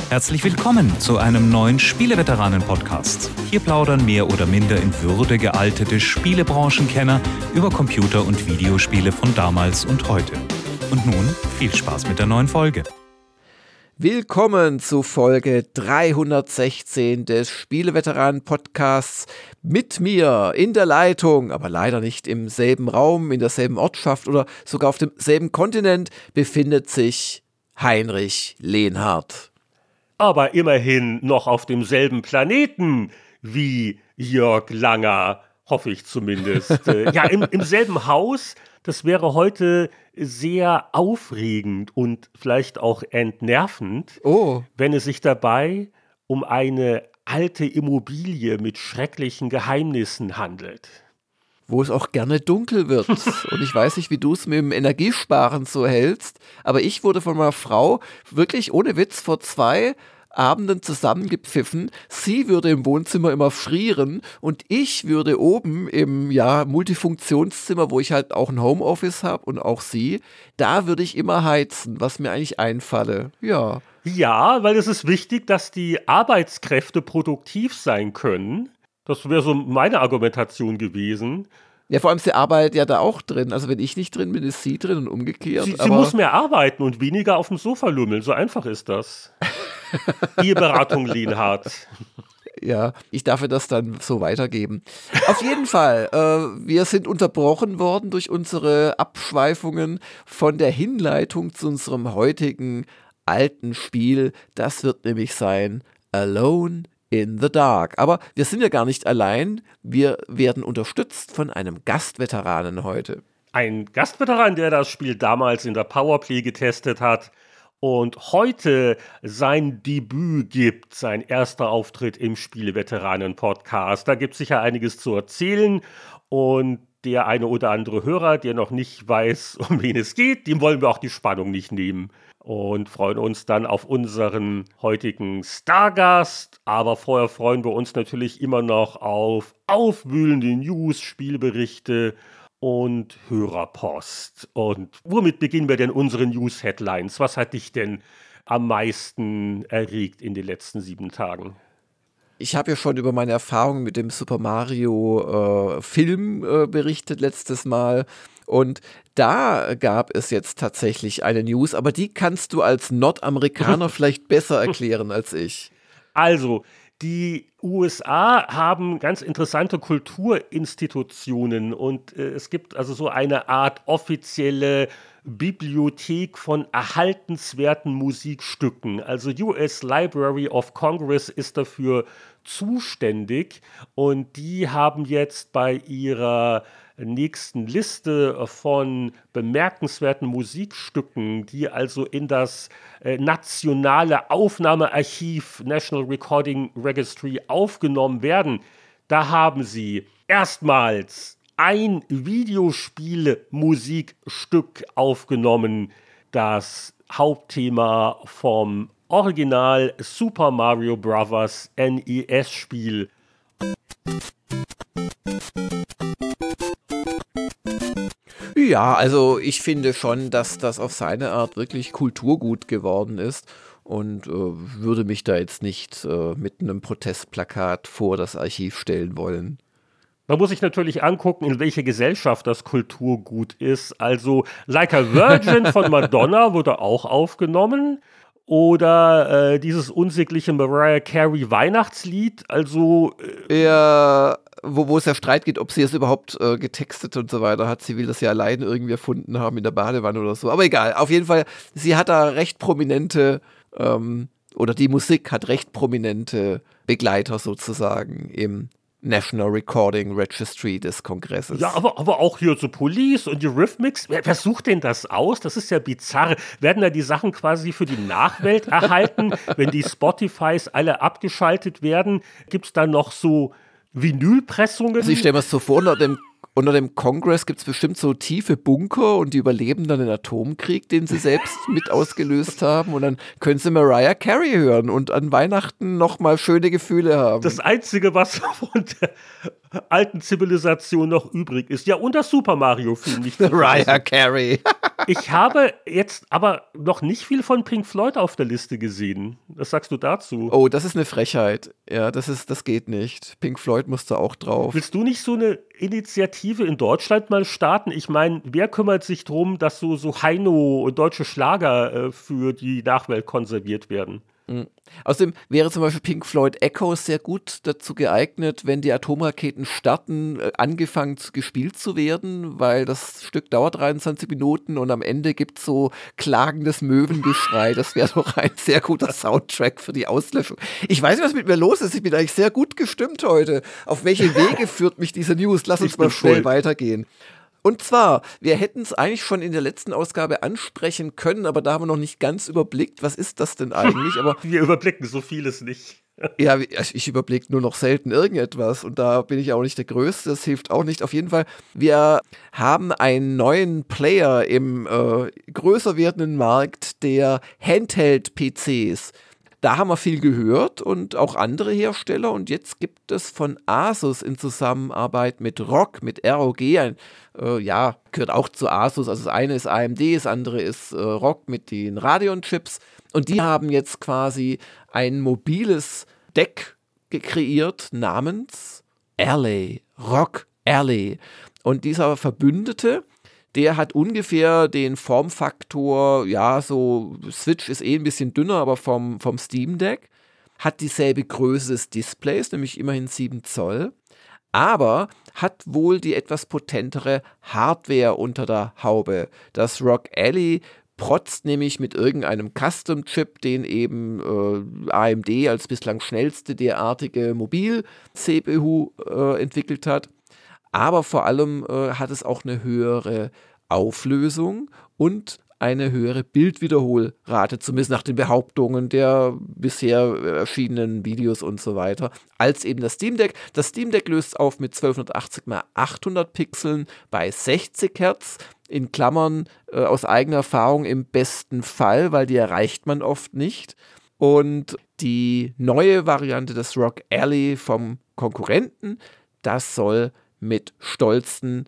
Herzlich willkommen zu einem neuen Spieleveteranen-Podcast. Hier plaudern mehr oder minder in Würde gealtete Spielebranchenkenner über Computer- und Videospiele von damals und heute. Und nun viel Spaß mit der neuen Folge. Willkommen zu Folge 316 des Spieleveteranen-Podcasts. Mit mir in der Leitung, aber leider nicht im selben Raum, in derselben Ortschaft oder sogar auf demselben Kontinent, befindet sich Heinrich Lehnhardt. Aber immerhin noch auf demselben Planeten wie Jörg Langer, hoffe ich zumindest. Im selben Haus. Das wäre heute sehr aufregend und vielleicht auch entnervend, wenn es sich dabei um eine alte Immobilie mit schrecklichen Geheimnissen handelt. Wo es auch gerne dunkel wird. Und ich weiß nicht, wie du es mit dem Energiesparen so hältst, aber ich wurde von meiner Frau wirklich ohne Witz vor 2 Abenden zusammengepfiffen. Sie würde im Wohnzimmer immer frieren und ich würde oben im Multifunktionszimmer, wo ich halt auch ein Homeoffice habe und auch sie, da würde ich immer heizen, was mir eigentlich einfalle. Ja, weil es ist wichtig, dass die Arbeitskräfte produktiv sein können. Das wäre so meine Argumentation gewesen. Ja, vor allem sie arbeitet ja da auch drin. Also wenn ich nicht drin bin, ist sie drin und umgekehrt. Sie muss mehr arbeiten und weniger auf dem Sofa lümmeln. So einfach ist das. Eheberatung Lehnhardt. Ja, ich darf ihr das dann so weitergeben. Auf jeden Fall, wir sind unterbrochen worden durch unsere Abschweifungen von der Hinleitung zu unserem heutigen alten Spiel. Das wird nämlich sein Alone in the Dark. Aber wir sind ja gar nicht allein. Wir werden unterstützt von einem Gastveteranen heute. Ein Gastveteran, der das Spiel damals in der Powerplay getestet hat und heute sein Debüt gibt, sein erster Auftritt im Spieleveteranen-Podcast. Da gibt es sicher einiges zu erzählen und der eine oder andere Hörer, der noch nicht weiß, um wen es geht, dem wollen wir auch die Spannung nicht nehmen. Und freuen uns dann auf unseren heutigen Stargast. Aber vorher freuen wir uns natürlich immer noch auf aufwühlende News, Spielberichte und Hörerpost. Und womit beginnen wir denn unsere News-Headlines? Was hat dich denn am meisten erregt in den letzten 7 Tagen? Ich habe ja schon über meine Erfahrungen mit dem Super Mario Film berichtet letztes Mal. Und da gab es jetzt tatsächlich eine News, aber die kannst du als Nordamerikaner vielleicht besser erklären als ich. Also, die USA haben ganz interessante Kulturinstitutionen und es gibt also so eine Art offizielle Bibliothek von erhaltenswerten Musikstücken. Also US Library of Congress ist dafür zuständig und die haben jetzt bei ihrer nächsten Liste von bemerkenswerten Musikstücken, die also in das nationale Aufnahmearchiv National Recording Registry aufgenommen werden, da haben sie erstmals ein Videospiel-Musikstück aufgenommen, das Hauptthema vom Original Super Mario Bros. NES-Spiel. Ja, also ich finde schon, dass das auf seine Art wirklich Kulturgut geworden ist und würde mich da jetzt nicht mit einem Protestplakat vor das Archiv stellen wollen. Man muss sich natürlich angucken, in welcher Gesellschaft das Kulturgut ist. Also Like a Virgin von Madonna wurde auch aufgenommen. Oder dieses unsägliche Mariah Carey Weihnachtslied. Also ja, wo es ja Streit geht, ob sie es überhaupt getextet und so weiter hat. Sie will das ja allein irgendwie erfunden haben in der Badewanne oder so. Aber egal, auf jeden Fall, sie hat da recht prominente, oder die Musik hat recht prominente Begleiter sozusagen im National Recording Registry des Kongresses. Ja, aber auch hier so Police und Eurythmics. Wer sucht denn das aus? Das ist ja bizarr. Werden da die Sachen quasi für die Nachwelt erhalten? Wenn die Spotifys alle abgeschaltet werden, gibt es dann noch so Vinylpressungen? Also ich stelle mir das so vor, unter dem Kongress gibt es bestimmt so tiefe Bunker und die überleben dann den Atomkrieg, den sie selbst mit ausgelöst haben und dann können sie Mariah Carey hören und an Weihnachten nochmal schöne Gefühle haben. Das Einzige, was von der alten Zivilisation noch übrig ist. Ja, und das Super Mario-Film nicht zu Mariah vergessen. Carey. Ich habe jetzt aber noch nicht viel von Pink Floyd auf der Liste gesehen. Was sagst du dazu? Oh, das ist eine Frechheit. Ja, das geht nicht. Pink Floyd musste auch drauf. Willst du nicht so eine Initiative in Deutschland mal starten? Ich meine, wer kümmert sich darum, dass so Heino und deutsche Schlager für die Nachwelt konserviert werden? Außerdem wäre zum Beispiel Pink Floyd Echoes sehr gut dazu geeignet, wenn die Atomraketen starten, angefangen gespielt zu werden, weil das Stück dauert 23 Minuten und am Ende gibt es so klagendes Möwengeschrei. Das wäre doch ein sehr guter Soundtrack für die Auslöschung. Ich weiß nicht, was mit mir los ist. Ich bin eigentlich sehr gut gestimmt heute. Auf welche Wege führt mich diese News? Lass uns mal schnell weitergehen. Und zwar, wir hätten es eigentlich schon in der letzten Ausgabe ansprechen können, aber da haben wir noch nicht ganz überblickt, was ist das denn eigentlich? Aber wir überblicken so vieles nicht. Ja, ich überblicke nur noch selten irgendetwas und da bin ich auch nicht der Größte, das hilft auch nicht. Auf jeden Fall, wir haben einen neuen Player im größer werdenden Markt der Handheld-PCs. Da haben wir viel gehört und auch andere Hersteller und jetzt gibt es von Asus in Zusammenarbeit mit ROG, mit ROG, gehört auch zu Asus, also das eine ist AMD, das andere ist ROG mit den Radeon-Chips und die haben jetzt quasi ein mobiles Deck kreiert namens Ally, ROG Ally und dieser Verbündete, der hat ungefähr den Formfaktor, so Switch ist ein bisschen dünner, aber vom Steam Deck, hat dieselbe Größe des Displays, nämlich immerhin 7 Zoll, aber hat wohl die etwas potentere Hardware unter der Haube. Das ROG Ally protzt nämlich mit irgendeinem Custom-Chip, den eben AMD als bislang schnellste derartige Mobil-CPU entwickelt hat. Aber vor allem hat es auch eine höhere Auflösung und eine höhere Bildwiederholrate, zumindest nach den Behauptungen der bisher erschienenen Videos und so weiter, als eben das Steam Deck. Das Steam Deck löst auf mit 1280 x 800 Pixeln bei 60 Hertz, in Klammern aus eigener Erfahrung im besten Fall, weil die erreicht man oft nicht. Und die neue Variante des ROG Ally vom Konkurrenten, das soll mit stolzen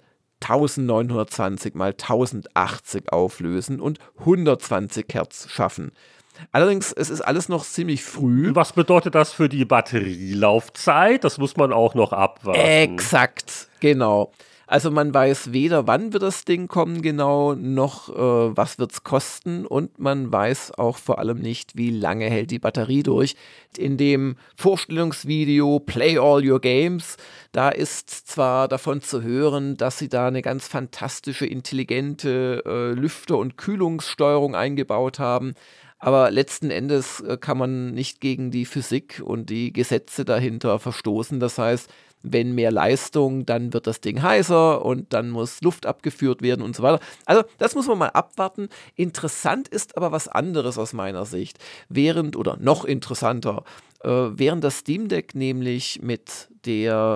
1920 x 1080 auflösen und 120 Hertz schaffen. Allerdings, es ist alles noch ziemlich früh. Was bedeutet das für die Batterielaufzeit? Das muss man auch noch abwarten. Exakt, genau. Also man weiß weder, wann wird das Ding kommen genau, noch was wird es kosten und man weiß auch vor allem nicht, wie lange hält die Batterie durch. In dem Vorstellungsvideo Play All Your Games, da ist zwar davon zu hören, dass sie da eine ganz fantastische, intelligente Lüfter- und Kühlungssteuerung eingebaut haben, aber letzten Endes kann man nicht gegen die Physik und die Gesetze dahinter verstoßen. Das heißt, wenn mehr Leistung, dann wird das Ding heißer und dann muss Luft abgeführt werden und so weiter. Also das muss man mal abwarten. Interessant ist aber was anderes aus meiner Sicht. Noch interessanter, während das Steam Deck nämlich mit so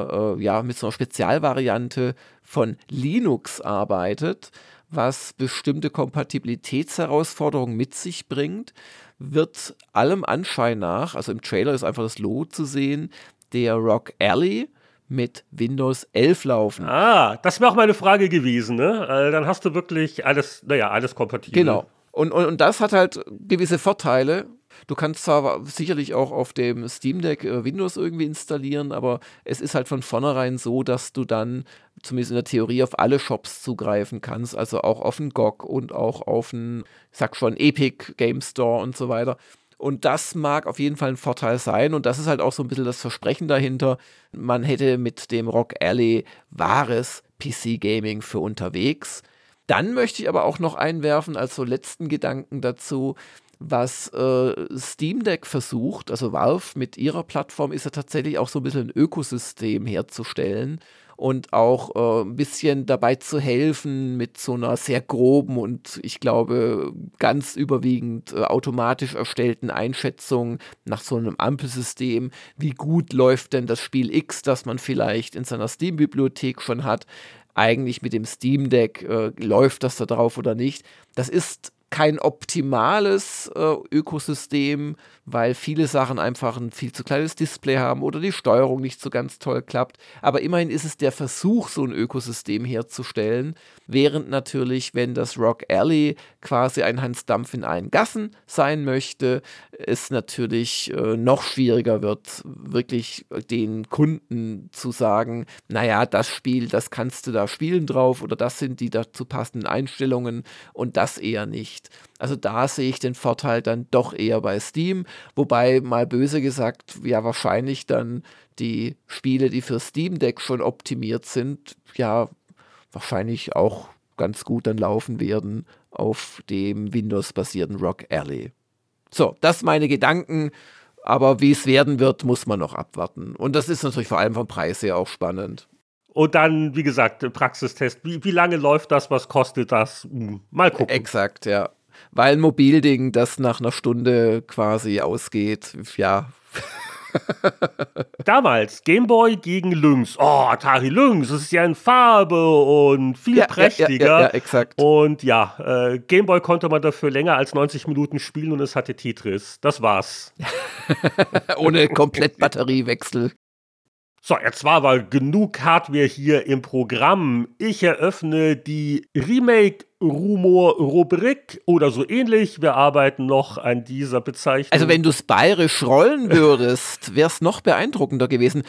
einer Spezialvariante von Linux arbeitet, was bestimmte Kompatibilitätsherausforderungen mit sich bringt, wird allem Anschein nach, also im Trailer ist einfach das Logo zu sehen, der ROG Ally mit Windows 11 laufen. Das wäre auch meine Frage gewesen, ne? Dann hast du wirklich alles kompatibel. Genau. Und das hat halt gewisse Vorteile. Du kannst zwar sicherlich auch auf dem Steam Deck Windows irgendwie installieren, aber es ist halt von vornherein so, dass du dann zumindest in der Theorie auf alle Shops zugreifen kannst, also auch auf den GOG und auch auf den, Epic Game Store und so weiter. Und das mag auf jeden Fall ein Vorteil sein und das ist halt auch so ein bisschen das Versprechen dahinter. Man hätte mit dem ROG Ally wahres PC-Gaming für unterwegs. Dann möchte ich aber auch noch einwerfen, als so letzten Gedanken dazu, was Steam Deck versucht, also Valve mit ihrer Plattform, ist ja tatsächlich auch so ein bisschen ein Ökosystem herzustellen und auch ein bisschen dabei zu helfen mit so einer sehr groben und ich glaube ganz überwiegend automatisch erstellten Einschätzung nach so einem Ampelsystem, wie gut läuft denn das Spiel X, das man vielleicht in seiner Steam-Bibliothek schon hat, eigentlich mit dem Steam Deck, läuft das da drauf oder nicht. Das ist kein optimales Ökosystem, weil viele Sachen einfach ein viel zu kleines Display haben oder die Steuerung nicht so ganz toll klappt. Aber immerhin ist es der Versuch, so ein Ökosystem herzustellen, während natürlich, wenn das Rock Alley quasi ein Hans Dampf in allen Gassen sein möchte, es natürlich noch schwieriger wird, wirklich den Kunden zu sagen, naja, das Spiel, das kannst du da spielen drauf oder das sind die dazu passenden Einstellungen und das eher nicht. Also da sehe ich den Vorteil dann doch eher bei Steam, wobei mal böse gesagt, ja wahrscheinlich dann die Spiele, die für Steam Deck schon optimiert sind, ja wahrscheinlich auch ganz gut dann laufen werden auf dem Windows-basierten Rock Alley. So, das meine Gedanken, aber wie es werden wird, muss man noch abwarten. Und das ist natürlich vor allem vom Preis her auch spannend. Und dann, wie gesagt, Praxistest. Wie lange läuft das? Was kostet das? Mal gucken. Exakt, ja. Weil ein Mobilding, das nach einer Stunde quasi ausgeht, ja. Damals, Gameboy gegen Lynx. Oh, Atari Lynx, das ist ja in Farbe und viel prächtiger. Ja, exakt. Und ja, Gameboy konnte man dafür länger als 90 Minuten spielen und es hatte Tetris. Das war's. Ohne komplett Batteriewechsel. So, jetzt war aber genug Hardware hier im Programm. Ich eröffne die Remake-Rumor-Rubrik oder so ähnlich. Wir arbeiten noch an dieser Bezeichnung. Also wenn du es bayerisch rollen würdest, wäre es noch beeindruckender gewesen.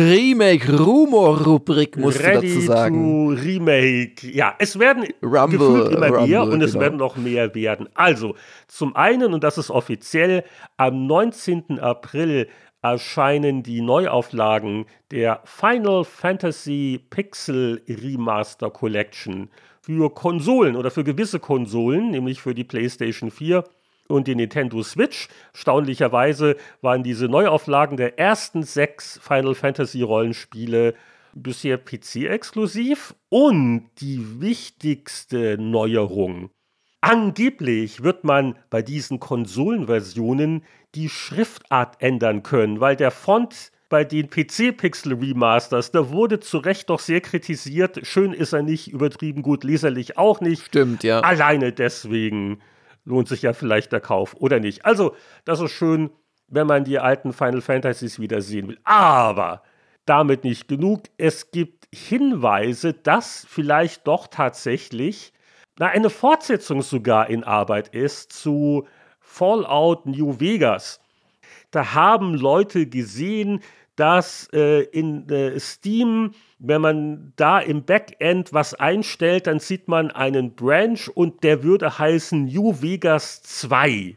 Remake-Rumor-Rubrik musst du dazu sagen. Ready to Remake. Ja, es werden gefühlt immer mehr und es werden noch mehr werden. Also, zum einen, und das ist offiziell, am 19. April erscheinen die Neuauflagen der Final Fantasy Pixel Remaster Collection für Konsolen oder für gewisse Konsolen, nämlich für die PlayStation 4 und die Nintendo Switch. Erstaunlicherweise waren diese Neuauflagen der ersten 6 Final Fantasy Rollenspiele bisher PC-exklusiv und die wichtigste Neuerung: angeblich wird man bei diesen Konsolenversionen die Schriftart ändern können, weil der Font bei den PC-Pixel-Remasters, da wurde zu Recht doch sehr kritisiert. Schön ist er nicht, übertrieben gut leserlich auch nicht. Stimmt, ja. Alleine deswegen lohnt sich ja vielleicht der Kauf, oder nicht? Also, das ist schön, wenn man die alten Final Fantasies wieder sehen will. Aber damit nicht genug. Es gibt Hinweise, dass vielleicht doch tatsächlich eine Fortsetzung sogar in Arbeit ist zu Fallout New Vegas. Da haben Leute gesehen, dass in Steam, wenn man da im Backend was einstellt, dann sieht man einen Branch und der würde heißen New Vegas 2.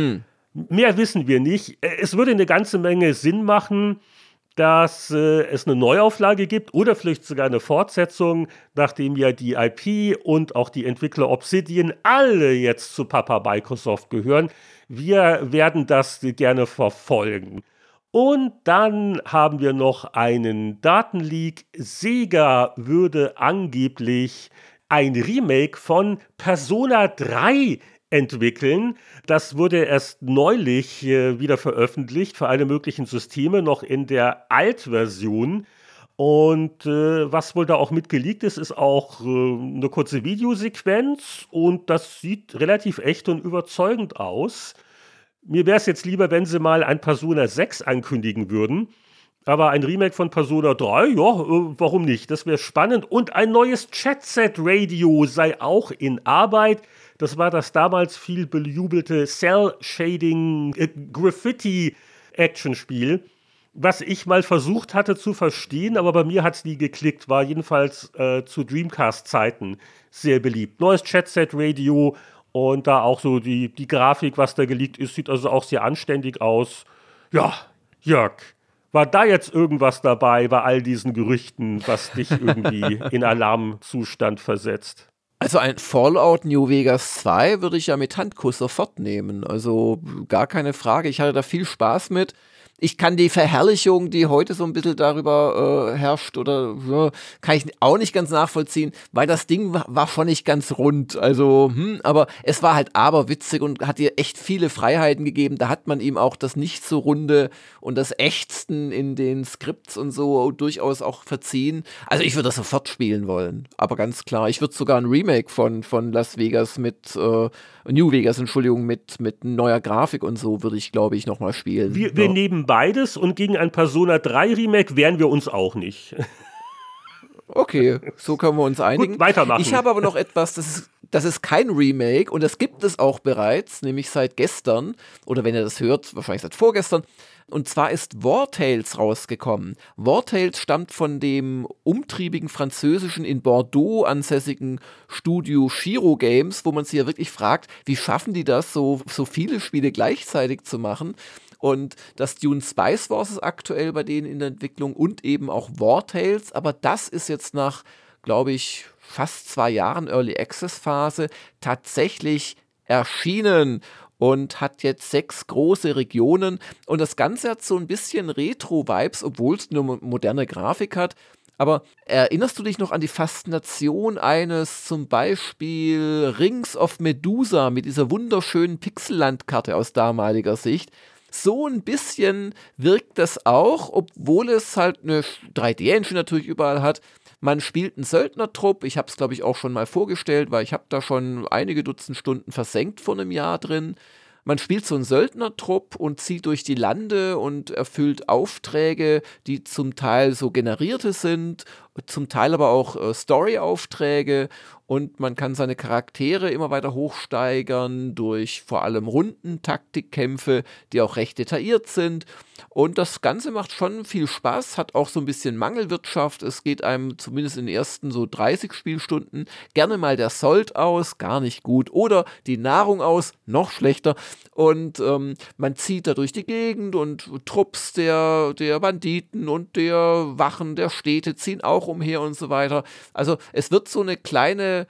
Mehr wissen wir nicht. Es würde eine ganze Menge Sinn machen, dass es eine Neuauflage gibt oder vielleicht sogar eine Fortsetzung, nachdem ja die IP und auch die Entwickler Obsidian alle jetzt zu Papa Microsoft gehören. Wir werden das gerne verfolgen. Und dann haben wir noch einen Datenleak. Sega würde angeblich ein Remake von Persona 3 entwickeln. Das wurde erst neulich wieder veröffentlicht für alle möglichen Systeme, noch in der Alt-Version. Und was wohl da auch mitgeleakt ist, ist auch eine kurze Videosequenz und das sieht relativ echt und überzeugend aus. Mir wäre es jetzt lieber, wenn sie mal ein Persona 6 ankündigen würden. Aber ein Remake von Persona 3, ja, warum nicht? Das wäre spannend. Und ein neues Chat-Set-Radio sei auch in Arbeit. Das war das damals viel bejubelte Cell-Shading-Graffiti-Action-Spiel, was ich mal versucht hatte zu verstehen, aber bei mir hat es nie geklickt. War jedenfalls zu Dreamcast-Zeiten sehr beliebt. Neues Chat-Set-Radio und da auch so die Grafik, was da geleakt ist, sieht also auch sehr anständig aus. Ja, Jörg, war da jetzt irgendwas dabei bei all diesen Gerüchten, was dich irgendwie in Alarmzustand versetzt? Also ein Fallout New Vegas 2 würde ich ja mit Handkuss sofort nehmen. Also gar keine Frage. Ich hatte da viel Spaß mit. Ich kann die Verherrlichung, die heute so ein bisschen darüber herrscht, oder kann ich auch nicht ganz nachvollziehen, weil das Ding war schon nicht ganz rund. Also, aber es war halt aberwitzig und hat ihr echt viele Freiheiten gegeben. Da hat man ihm auch das nicht so runde und das Ächzen in den Skripts und so durchaus auch verziehen. Also ich würde das sofort spielen wollen. Aber ganz klar, ich würde sogar ein Remake von Las Vegas mit New Vegas, Entschuldigung, mit neuer Grafik und so würde ich, glaube ich, nochmal spielen. Wir nehmen beides und gegen ein Persona 3 Remake wehren wir uns auch nicht. Okay, so können wir uns einigen. Gut, weitermachen. Ich habe aber noch etwas, das ist kein Remake und das gibt es auch bereits, nämlich seit gestern, oder wenn ihr das hört, wahrscheinlich seit vorgestern. Und zwar ist War Tales rausgekommen. War Tales stammt von dem umtriebigen französischen, in Bordeaux ansässigen Studio Shiro Games, wo man sich ja wirklich fragt, wie schaffen die das, so viele Spiele gleichzeitig zu machen? Und das Dune Spice Wars ist aktuell bei denen in der Entwicklung und eben auch War Tales, aber das ist jetzt nach, glaube ich, fast 2 Jahren Early Access Phase tatsächlich erschienen und hat jetzt 6 große Regionen und das Ganze hat so ein bisschen Retro-Vibes, obwohl es eine moderne Grafik hat. Aber erinnerst du dich noch an die Faszination eines zum Beispiel Rings of Medusa mit dieser wunderschönen Pixellandkarte aus damaliger Sicht? So ein bisschen wirkt das auch, obwohl es halt eine 3D-Engine natürlich überall hat. Man spielt einen Söldnertrupp, ich habe es glaube ich auch schon mal vorgestellt, weil ich habe da schon einige Dutzend Stunden versenkt vor einem Jahr drin. Man spielt so einen Söldnertrupp und zieht durch die Lande und erfüllt Aufträge, die zum Teil so generierte sind, zum Teil aber auch Story-Aufträge und man kann seine Charaktere immer weiter hochsteigern durch vor allem Rundentaktikkämpfe, die auch recht detailliert sind. Und das Ganze macht schon viel Spaß, hat auch so ein bisschen Mangelwirtschaft. Es geht einem zumindest in den ersten so 30 Spielstunden gerne mal der Sold aus, gar nicht gut. Oder die Nahrung aus, noch schlechter. Und man zieht da durch die Gegend und Trupps der Banditen und der Wachen der Städte ziehen auch umher und so weiter. Also es wird so eine kleine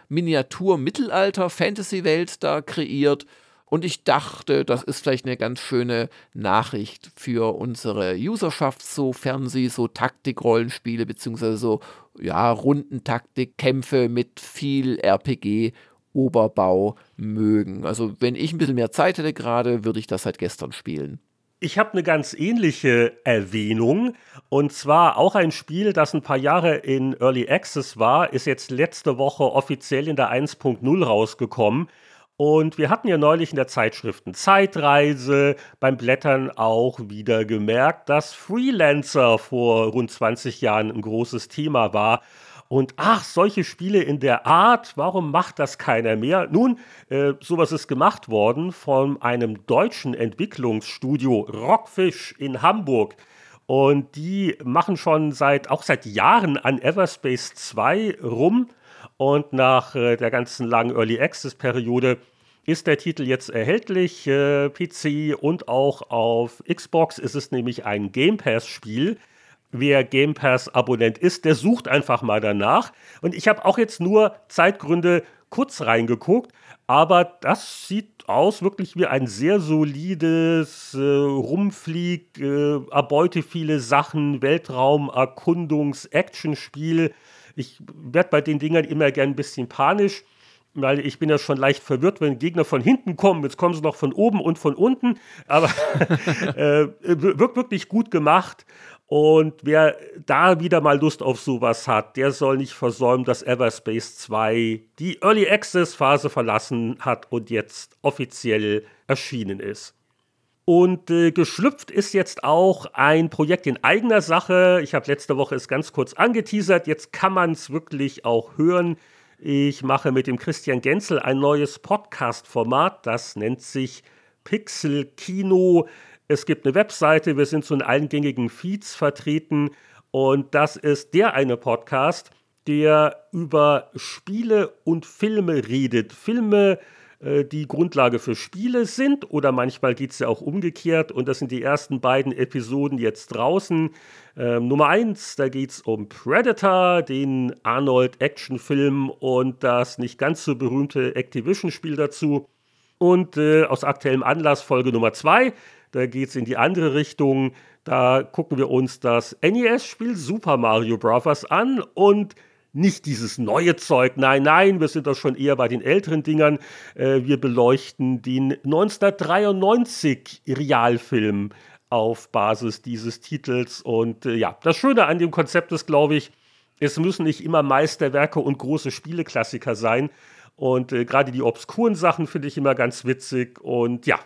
Miniatur-Mittelalter-Fantasy-Welt da kreiert. Und ich dachte, das ist vielleicht eine ganz schöne Nachricht für unsere Userschaft, sofern sie so Taktikrollenspiele beziehungsweise so Rundentaktikkämpfe mit viel RPG-Oberbau mögen. Also wenn ich ein bisschen mehr Zeit hätte gerade, würde ich das seit gestern spielen. Ich habe eine ganz ähnliche Erwähnung und zwar auch ein Spiel, das ein paar Jahre in Early Access war, ist jetzt letzte Woche offiziell in der 1.0 rausgekommen. Und wir hatten ja neulich in der Zeitschriften Zeitreise beim Blättern auch wieder gemerkt, dass Freelancer vor rund 20 Jahren ein großes Thema war. Und solche Spiele in der Art, warum macht das keiner mehr? Nun, sowas ist gemacht worden von einem deutschen Entwicklungsstudio Rockfish in Hamburg. Und die machen schon seit Jahren an Everspace 2 rum. Und nach der ganzen langen Early Access Periode ist der Titel jetzt erhältlich, PC und auch auf Xbox ist es nämlich ein Game Pass Spiel. Wer Game Pass Abonnent ist, der sucht einfach mal danach. Und ich habe auch jetzt nur Zeitgründe kurz reingeguckt, aber das sieht aus wirklich wie ein sehr solides erbeute viele Sachen, Weltraum-Erkundungs-Action-Spiel. Ich werde bei den Dingern immer gern ein bisschen panisch, weil ich bin ja schon leicht verwirrt, wenn Gegner von hinten kommen. Jetzt kommen sie noch von oben und von unten. Aber wird wirklich gut gemacht. Und wer da wieder mal Lust auf sowas hat, der soll nicht versäumen, dass Everspace 2 die Early Access Phase verlassen hat und jetzt offiziell erschienen ist. Und geschlüpft ist jetzt auch ein Projekt in eigener Sache. Ich habe letzte Woche es ganz kurz angeteasert. Jetzt kann man es wirklich auch hören. Ich mache mit dem Christian Genzel ein neues Podcast-Format. Das nennt sich Pixel Kino. Es gibt eine Webseite. Wir sind so in allen gängigen Feeds vertreten. Und das ist der eine Podcast, der über Spiele und Filme redet. Filme, die Grundlage für Spiele sind oder manchmal geht es ja auch umgekehrt und das sind die ersten beiden Episoden jetzt draußen. Nummer 1, da geht es um Predator, den Arnold-Action-Film und das nicht ganz so berühmte Activision-Spiel dazu. Und aus aktuellem Anlass Folge Nummer 2, da geht es in die andere Richtung. Da gucken wir uns das NES-Spiel Super Mario Bros. An und nicht dieses neue Zeug, nein, wir sind doch schon eher bei den älteren Dingern. Wir beleuchten den 1993 Realfilm auf Basis dieses Titels. Und das Schöne an dem Konzept ist, glaube ich, es müssen nicht immer Meisterwerke und große Spieleklassiker sein. Und gerade die obskuren Sachen finde ich immer ganz witzig. Und ja,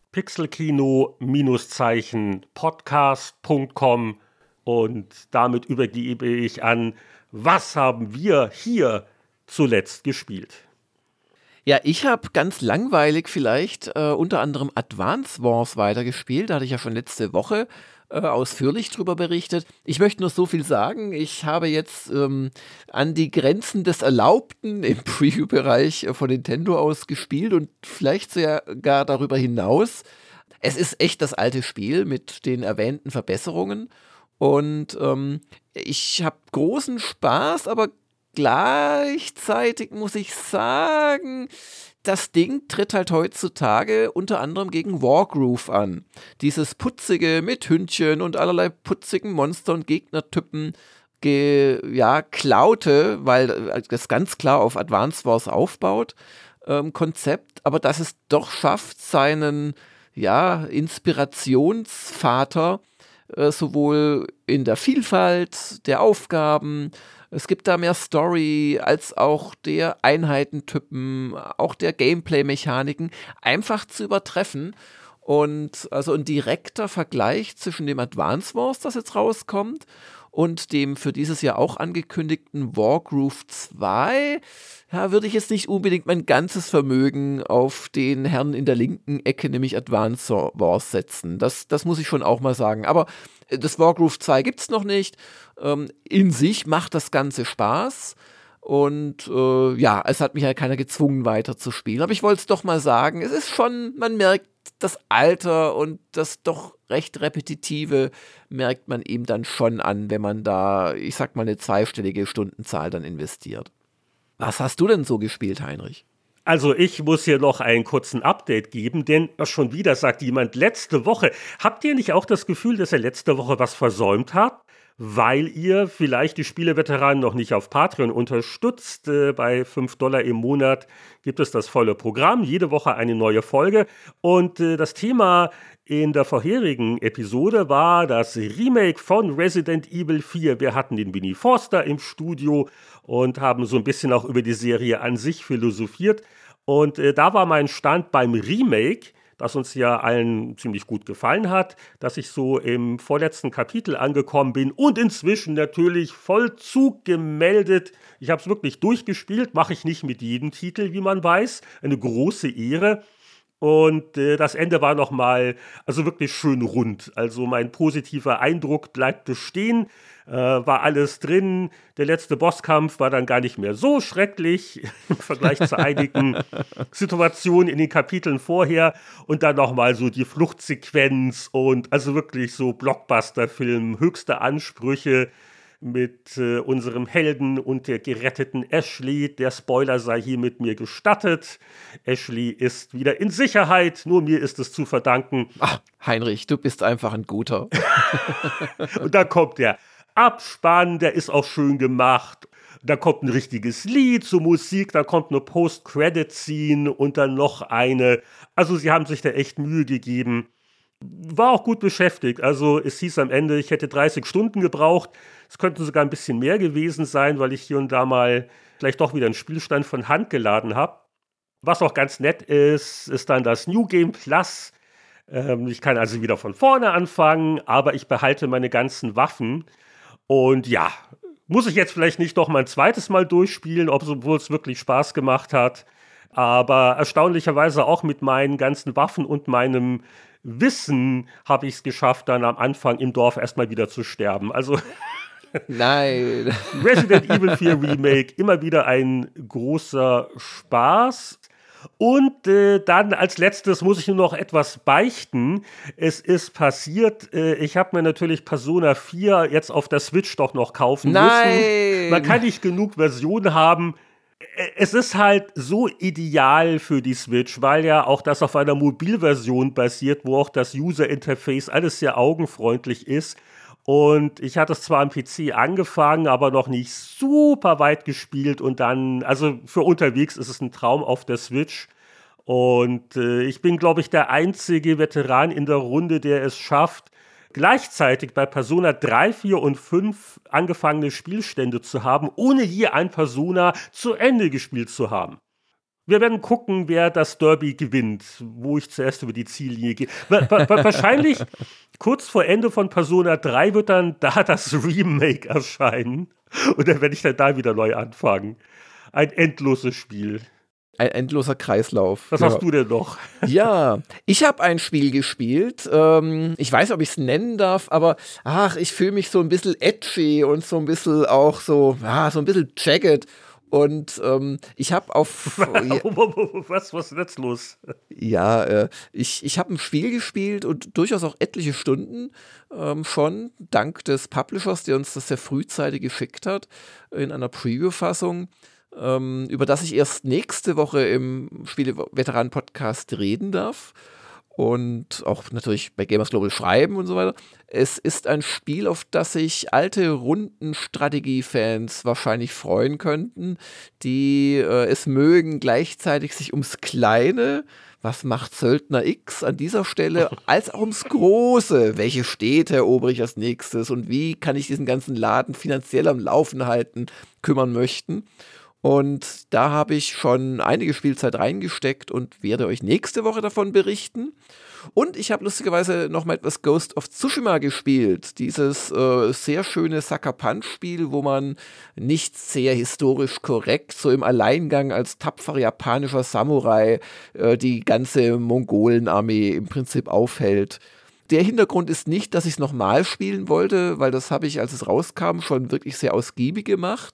pixelkino-podcast.com. Und damit übergebe ich an, was haben wir hier zuletzt gespielt? Ja, ich habe ganz langweilig vielleicht unter anderem Advance Wars weitergespielt. Da hatte ich ja schon letzte Woche ausführlich drüber berichtet. Ich möchte nur so viel sagen. Ich habe jetzt an die Grenzen des Erlaubten im Preview-Bereich von Nintendo aus gespielt und vielleicht sogar darüber hinaus. Es ist echt das alte Spiel mit den erwähnten Verbesserungen. Und ich habe großen Spaß, aber gleichzeitig muss ich sagen, das Ding tritt halt heutzutage unter anderem gegen Wargroove an. Dieses putzige mit Hündchen und allerlei putzigen Monster- und Gegnertypen klaute, weil das ganz klar auf Advance Wars aufbaut, Konzept, aber dass es doch schafft, seinen Inspirationsvater sowohl in der Vielfalt der Aufgaben, es gibt da mehr Story als auch der Einheitentypen, auch der Gameplay-Mechaniken einfach zu übertreffen. Und also ein direkter Vergleich zwischen dem Advance Wars, das jetzt rauskommt, und dem für dieses Jahr auch angekündigten Wargroove 2, würde ich jetzt nicht unbedingt mein ganzes Vermögen auf den Herrn in der linken Ecke, nämlich Advance Wars, setzen. Das muss ich schon auch mal sagen. Aber das Wargroove 2 gibt es noch nicht. In sich macht das Ganze Spaß. Und es hat mich halt keiner gezwungen, weiter zu spielen. Aber ich wollte es doch mal sagen, es ist schon, man merkt das Alter und das doch recht Repetitive merkt man ihm dann schon an, wenn man da, ich sag mal, eine zweistellige Stundenzahl dann investiert. Was hast du denn so gespielt, Heinrich? Also ich muss hier noch einen kurzen Update geben, denn schon wieder sagt jemand, letzte Woche. Habt ihr nicht auch das Gefühl, dass ihr letzte Woche was versäumt habt? Weil ihr vielleicht die Spieleveteranen noch nicht auf Patreon unterstützt. Bei $5 im Monat gibt es das volle Programm, jede Woche eine neue Folge. Und das Thema in der vorherigen Episode war das Remake von Resident Evil 4. Wir hatten den Winnie Forster im Studio und haben so ein bisschen auch über die Serie an sich philosophiert. Und da war mein Stand beim Remake, das uns ja allen ziemlich gut gefallen hat, dass ich so im vorletzten Kapitel angekommen bin und inzwischen natürlich Vollzug gemeldet. Ich habe es wirklich durchgespielt, mache ich nicht mit jedem Titel, wie man weiß. Eine große Ehre. Und das Ende war nochmal, also wirklich schön rund. Also mein positiver Eindruck bleibt bestehen. War alles drin. Der letzte Bosskampf war dann gar nicht mehr so schrecklich im Vergleich zu einigen Situationen in den Kapiteln vorher. Und dann nochmal so die Fluchtsequenz und also wirklich so Blockbuster-Film, höchste Ansprüche mit unserem Helden und der geretteten Ashley. Der Spoiler sei hiermit mir gestattet. Ashley ist wieder in Sicherheit, nur mir ist es zu verdanken. Ach, Heinrich, du bist einfach ein Guter. Und dann kommt der Abspann, der ist auch schön gemacht. Da kommt ein richtiges Lied zur Musik, da kommt eine Post-Credit-Scene und dann noch eine. Also sie haben sich da echt Mühe gegeben. War auch gut beschäftigt. Also es hieß am Ende, ich hätte 30 Stunden gebraucht. Es könnten sogar ein bisschen mehr gewesen sein, weil ich hier und da mal vielleicht doch wieder einen Spielstand von Hand geladen habe. Was auch ganz nett ist, ist dann das New Game Plus. Ich kann also wieder von vorne anfangen, aber ich behalte meine ganzen Waffen. Und ja, muss ich jetzt vielleicht nicht noch mal ein zweites Mal durchspielen, obwohl es wirklich Spaß gemacht hat. Aber erstaunlicherweise auch mit meinen ganzen Waffen und meinem Wissen habe ich es geschafft, dann am Anfang im Dorf erstmal wieder zu sterben. Also Nein. Resident Evil 4 Remake, immer wieder ein großer Spaß. Und dann als letztes muss ich nur noch etwas beichten. Es ist passiert, ich habe mir natürlich Persona 4 jetzt auf der Switch doch noch kaufen müssen. Man kann nicht genug Versionen haben. Es ist halt so ideal für die Switch, weil ja auch das auf einer Mobilversion basiert, wo auch das User-Interface alles sehr augenfreundlich ist. Und ich hatte es zwar am PC angefangen, aber noch nicht super weit gespielt. Und dann, also für unterwegs ist es ein Traum auf der Switch. Und ich bin, glaube ich, der einzige Veteran in der Runde, der es schafft, gleichzeitig bei Persona 3, 4 und 5 angefangene Spielstände zu haben, ohne je ein Persona zu Ende gespielt zu haben. Wir werden gucken, wer das Derby gewinnt, wo ich zuerst über die Ziellinie gehe. Wahrscheinlich kurz vor Ende von Persona 3 wird dann da das Remake erscheinen. Und dann werde ich dann da wieder neu anfangen. Ein endloses Spiel. Ein endloser Kreislauf. Was hast du denn noch? Ja, ich habe ein Spiel gespielt. Ich weiß, ob ich es nennen darf, aber ich fühle mich so ein bisschen edgy und so ein bisschen auch so ein bisschen jagged. Und ich habe auf... Was ist jetzt los? Ja, ich habe ein Spiel gespielt und durchaus auch etliche Stunden schon, dank des Publishers, der uns das sehr frühzeitig geschickt hat, in einer Preview-Fassung, über das ich erst nächste Woche im Spiele-Veteranen-Podcast reden darf. Und auch natürlich bei Gamers Global schreiben und so weiter. Es ist ein Spiel, auf das sich alte Rundenstrategie-Fans wahrscheinlich freuen könnten, die es mögen, gleichzeitig sich ums Kleine, was macht Söldner X an dieser Stelle, als auch ums Große, welche Städte erobere ich als nächstes und wie kann ich diesen ganzen Laden finanziell am Laufen halten, kümmern möchten. Und da habe ich schon einige Spielzeit reingesteckt und werde euch nächste Woche davon berichten. Und ich habe lustigerweise noch mal etwas Ghost of Tsushima gespielt. Dieses sehr schöne Sucker-Punch-Spiel, wo man nicht sehr historisch korrekt, so im Alleingang als tapferer japanischer Samurai die ganze Mongolenarmee im Prinzip aufhält. Der Hintergrund ist nicht, dass ich es nochmal spielen wollte, weil das habe ich, als es rauskam, schon wirklich sehr ausgiebig gemacht.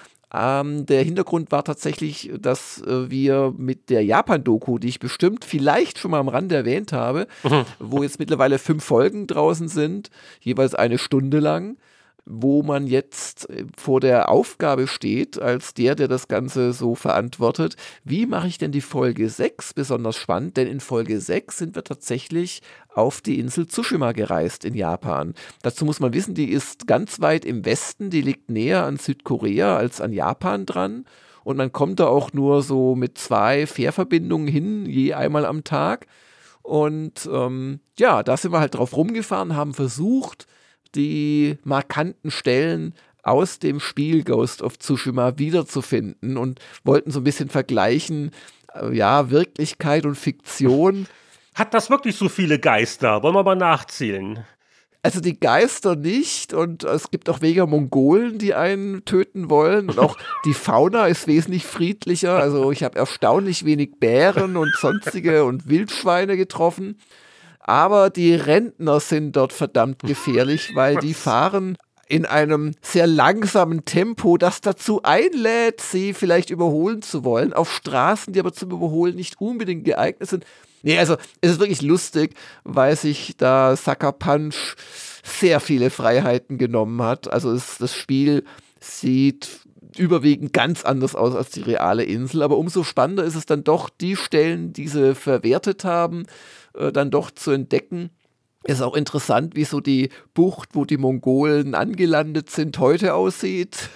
Der Hintergrund war tatsächlich, dass wir mit der Japan-Doku, die ich bestimmt vielleicht schon mal am Rande erwähnt habe, wo jetzt mittlerweile 5 Folgen draußen sind, jeweils 1 Stunde lang, wo man jetzt vor der Aufgabe steht, als der das Ganze so verantwortet, wie mache ich denn die Folge 6 besonders spannend? Denn in Folge 6 sind wir tatsächlich auf die Insel Tsushima gereist in Japan. Dazu muss man wissen, die ist ganz weit im Westen, die liegt näher an Südkorea als an Japan dran. Und man kommt da auch nur so mit 2 Fährverbindungen hin, je einmal am Tag. Und da sind wir halt drauf rumgefahren, haben versucht, die markanten Stellen aus dem Spiel Ghost of Tsushima wiederzufinden und wollten so ein bisschen vergleichen, Wirklichkeit und Fiktion. Hat das wirklich so viele Geister? Wollen wir mal nachzählen? Also die Geister nicht und es gibt auch weniger Mongolen, die einen töten wollen und auch die Fauna ist wesentlich friedlicher. Also ich habe erstaunlich wenig Bären und sonstige und Wildschweine getroffen. Aber die Rentner sind dort verdammt gefährlich, weil die fahren in einem sehr langsamen Tempo, das dazu einlädt, sie vielleicht überholen zu wollen, auf Straßen, die aber zum Überholen nicht unbedingt geeignet sind. Nee, also es ist wirklich lustig, weil sich da Sucker Punch sehr viele Freiheiten genommen hat. Also das Spiel sieht überwiegend ganz anders aus als die reale Insel, aber umso spannender ist es dann doch, die Stellen, die sie verwertet haben, dann doch zu entdecken. Ist auch interessant, wie so die Bucht, wo die Mongolen angelandet sind, heute aussieht.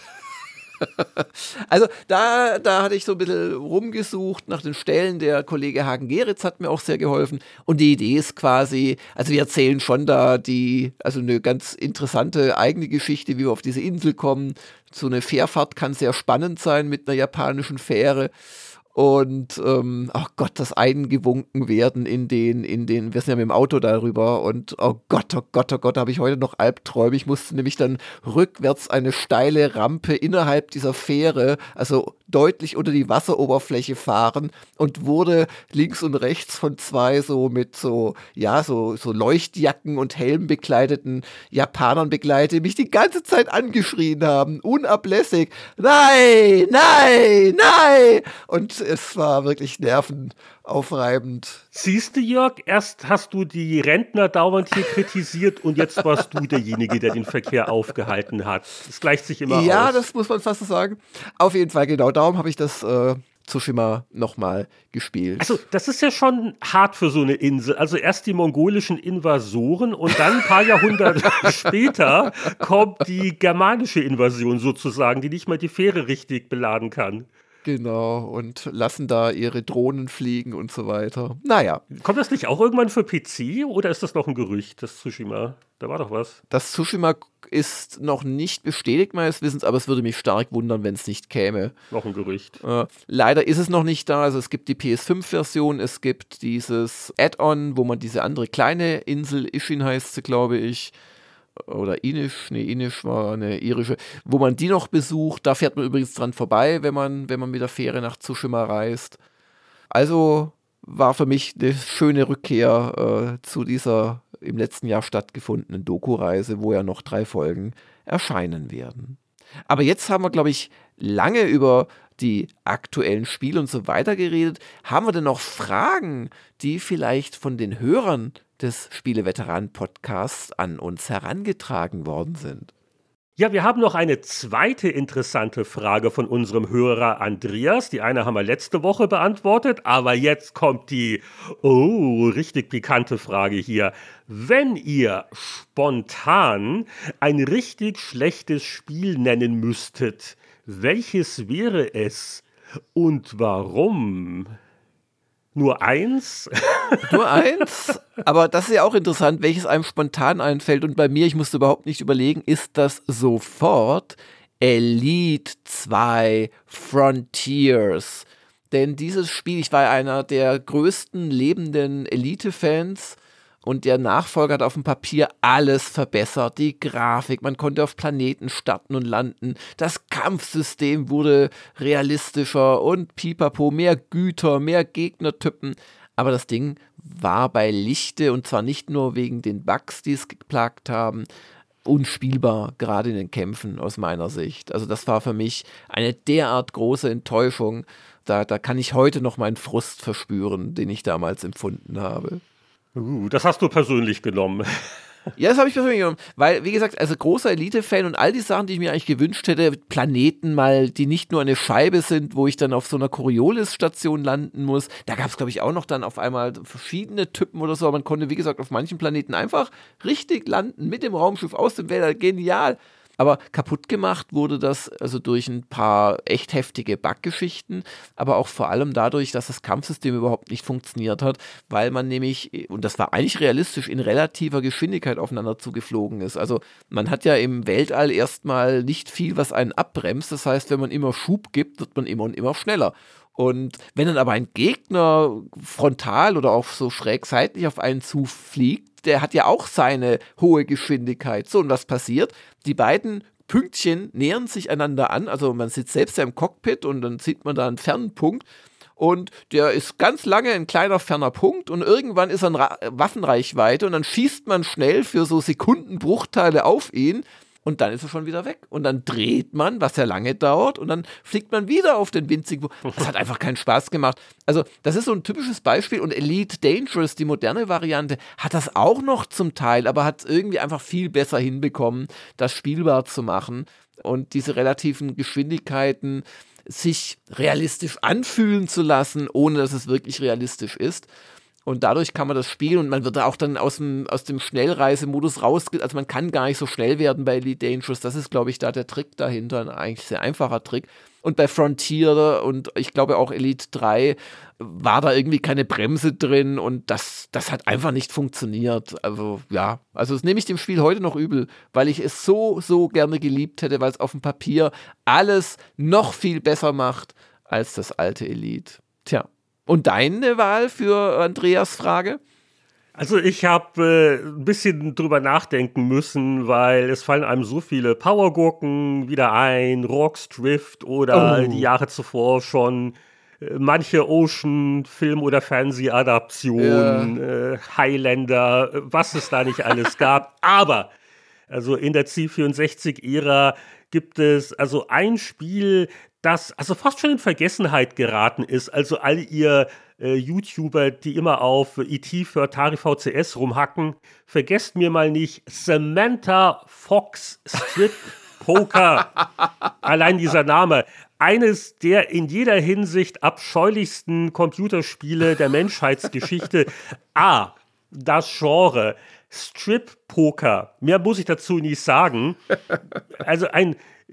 Also da hatte ich so ein bisschen rumgesucht nach den Stellen. Der Kollege Hagen-Geritz hat mir auch sehr geholfen. Und die Idee ist quasi, also wir erzählen schon da eine ganz interessante eigene Geschichte, wie wir auf diese Insel kommen. So eine Fährfahrt kann sehr spannend sein mit einer japanischen Fähre. Und, das eingewunken werden in den, wir sind ja mit dem Auto darüber und oh Gott, habe ich heute noch Albträume. Ich musste nämlich dann rückwärts eine steile Rampe innerhalb dieser Fähre, also deutlich unter die Wasseroberfläche fahren und wurde links und rechts von 2 so mit so Leuchtjacken und Helm bekleideten Japanern begleitet, die mich die ganze Zeit angeschrien haben, unablässig, nein! Und es war wirklich nervenaufreibend. Siehst du, Jörg, erst hast du die Rentner dauernd hier kritisiert und jetzt warst du derjenige, der den Verkehr aufgehalten hat. Das gleicht sich immer aus. Ja, das muss man fast so sagen. Auf jeden Fall, genau, darum habe ich das Tsushima nochmal gespielt. Also, das ist ja schon hart für so eine Insel. Also erst die mongolischen Invasoren und dann ein paar Jahrhunderte später kommt die germanische Invasion sozusagen, die nicht mal die Fähre richtig beladen kann. Genau, und lassen da ihre Drohnen fliegen und so weiter. Naja. Kommt das nicht auch irgendwann für PC oder ist das noch ein Gerücht, das Tsushima? Da war doch was. Das Tsushima ist noch nicht bestätigt meines Wissens, aber es würde mich stark wundern, wenn es nicht käme. Noch ein Gerücht. Leider ist es noch nicht da. Also es gibt die PS5-Version, es gibt dieses Add-on, wo man diese andere kleine Insel, Ishin heißt sie, glaube ich, oder Inish war eine irische, wo man die noch besucht. Da fährt man übrigens dran vorbei, wenn man mit der Fähre nach Tsushima reist. Also war für mich eine schöne Rückkehr zu dieser im letzten Jahr stattgefundenen Doku-Reise, wo ja noch 3 Folgen erscheinen werden. Aber jetzt haben wir, glaube ich, lange über die aktuellen Spiele und so weiter geredet. Haben wir denn noch Fragen, die vielleicht von den Hörern des Spieleveteranen-Podcasts an uns herangetragen worden sind? Ja, wir haben noch eine zweite interessante Frage von unserem Hörer Andreas. Die eine haben wir letzte Woche beantwortet, aber jetzt kommt die, richtig pikante Frage hier. Wenn ihr spontan ein richtig schlechtes Spiel nennen müsstet, welches wäre es und warum? Nur eins? Nur eins? Aber das ist ja auch interessant, welches einem spontan einfällt. Und bei mir, ich musste überhaupt nicht überlegen, ist das sofort Elite 2 Frontiers. Denn dieses Spiel, ich war einer der größten lebenden Elite-Fans. Und der Nachfolger hat auf dem Papier alles verbessert. Die Grafik, man konnte auf Planeten starten und landen. Das Kampfsystem wurde realistischer und pipapo, mehr Güter, mehr Gegnertypen. Aber das Ding war bei Lichte, und zwar nicht nur wegen den Bugs, die es geplagt haben, unspielbar, gerade in den Kämpfen aus meiner Sicht. Also das war für mich eine derart große Enttäuschung. Da kann ich heute noch meinen Frust verspüren, den ich damals empfunden habe. Das hast du persönlich genommen. Ja, das habe ich persönlich genommen, weil, wie gesagt, also großer Elite-Fan und all die Sachen, die ich mir eigentlich gewünscht hätte, Planeten mal, die nicht nur eine Scheibe sind, wo ich dann auf so einer Coriolis-Station landen muss, da gab es, glaube ich, auch noch dann auf einmal verschiedene Typen oder so, aber man konnte, wie gesagt, auf manchen Planeten einfach richtig landen, mit dem Raumschiff aus dem Weltall, genial. Aber kaputt gemacht wurde das also durch ein paar echt heftige Buggeschichten, aber auch vor allem dadurch, dass das Kampfsystem überhaupt nicht funktioniert hat, weil man nämlich, und das war eigentlich realistisch, in relativer Geschwindigkeit aufeinander zugeflogen ist. Also man hat ja im Weltall erstmal nicht viel, was einen abbremst. Das heißt, wenn man immer Schub gibt, wird man immer und immer schneller. Und wenn dann aber ein Gegner frontal oder auch so schräg seitlich auf einen zufliegt, der hat ja auch seine hohe Geschwindigkeit. So, und was passiert? Die beiden Pünktchen nähern sich einander an. Also man sitzt selbst ja im Cockpit und dann sieht man da einen fernen Punkt. Und der ist ganz lange ein kleiner ferner Punkt und irgendwann ist er in Waffenreichweite und dann schießt man schnell für so Sekundenbruchteile auf ihn. Und dann ist er schon wieder weg. Und dann dreht man, was ja lange dauert, und dann fliegt man wieder auf den winzigen. Das hat einfach keinen Spaß gemacht. Also, das ist so ein typisches Beispiel. Und Elite Dangerous, die moderne Variante, hat das auch noch zum Teil, aber hat es irgendwie einfach viel besser hinbekommen, das spielbar zu machen. Und diese relativen Geschwindigkeiten sich realistisch anfühlen zu lassen, ohne dass es wirklich realistisch ist. Und dadurch kann man das spielen und man wird da auch dann aus dem Schnellreisemodus raus, also man kann gar nicht so schnell werden bei Elite Dangerous. Das ist, glaube ich, da der Trick dahinter, ein eigentlich sehr einfacher Trick. Und bei Frontier und ich glaube auch Elite 3 war da irgendwie keine Bremse drin und das hat einfach nicht funktioniert. Also ja, also das nehme ich dem Spiel heute noch übel, weil ich es so gerne geliebt hätte, weil es auf dem Papier alles noch viel besser macht als das alte Elite. Tja. Und deine Wahl für Andreas Frage? Also ich habe ein bisschen drüber nachdenken müssen, weil es fallen einem so viele Powergurken wieder ein, Rocks Drift oder die Jahre zuvor schon manche Ocean-Film- oder Fernsehadaption, Highlander, was es da nicht alles gab. Aber also in der C64-Ära gibt es also ein Spiel, das also fast schon in Vergessenheit geraten ist. Also all ihr YouTuber, die immer auf E.T. für Atari VCS rumhacken, vergesst mir mal nicht Samantha Fox Strip Poker. Allein dieser Name. Eines der in jeder Hinsicht abscheulichsten Computerspiele der Menschheitsgeschichte. das Genre Strip-Poker, mehr muss ich dazu nicht sagen, also ein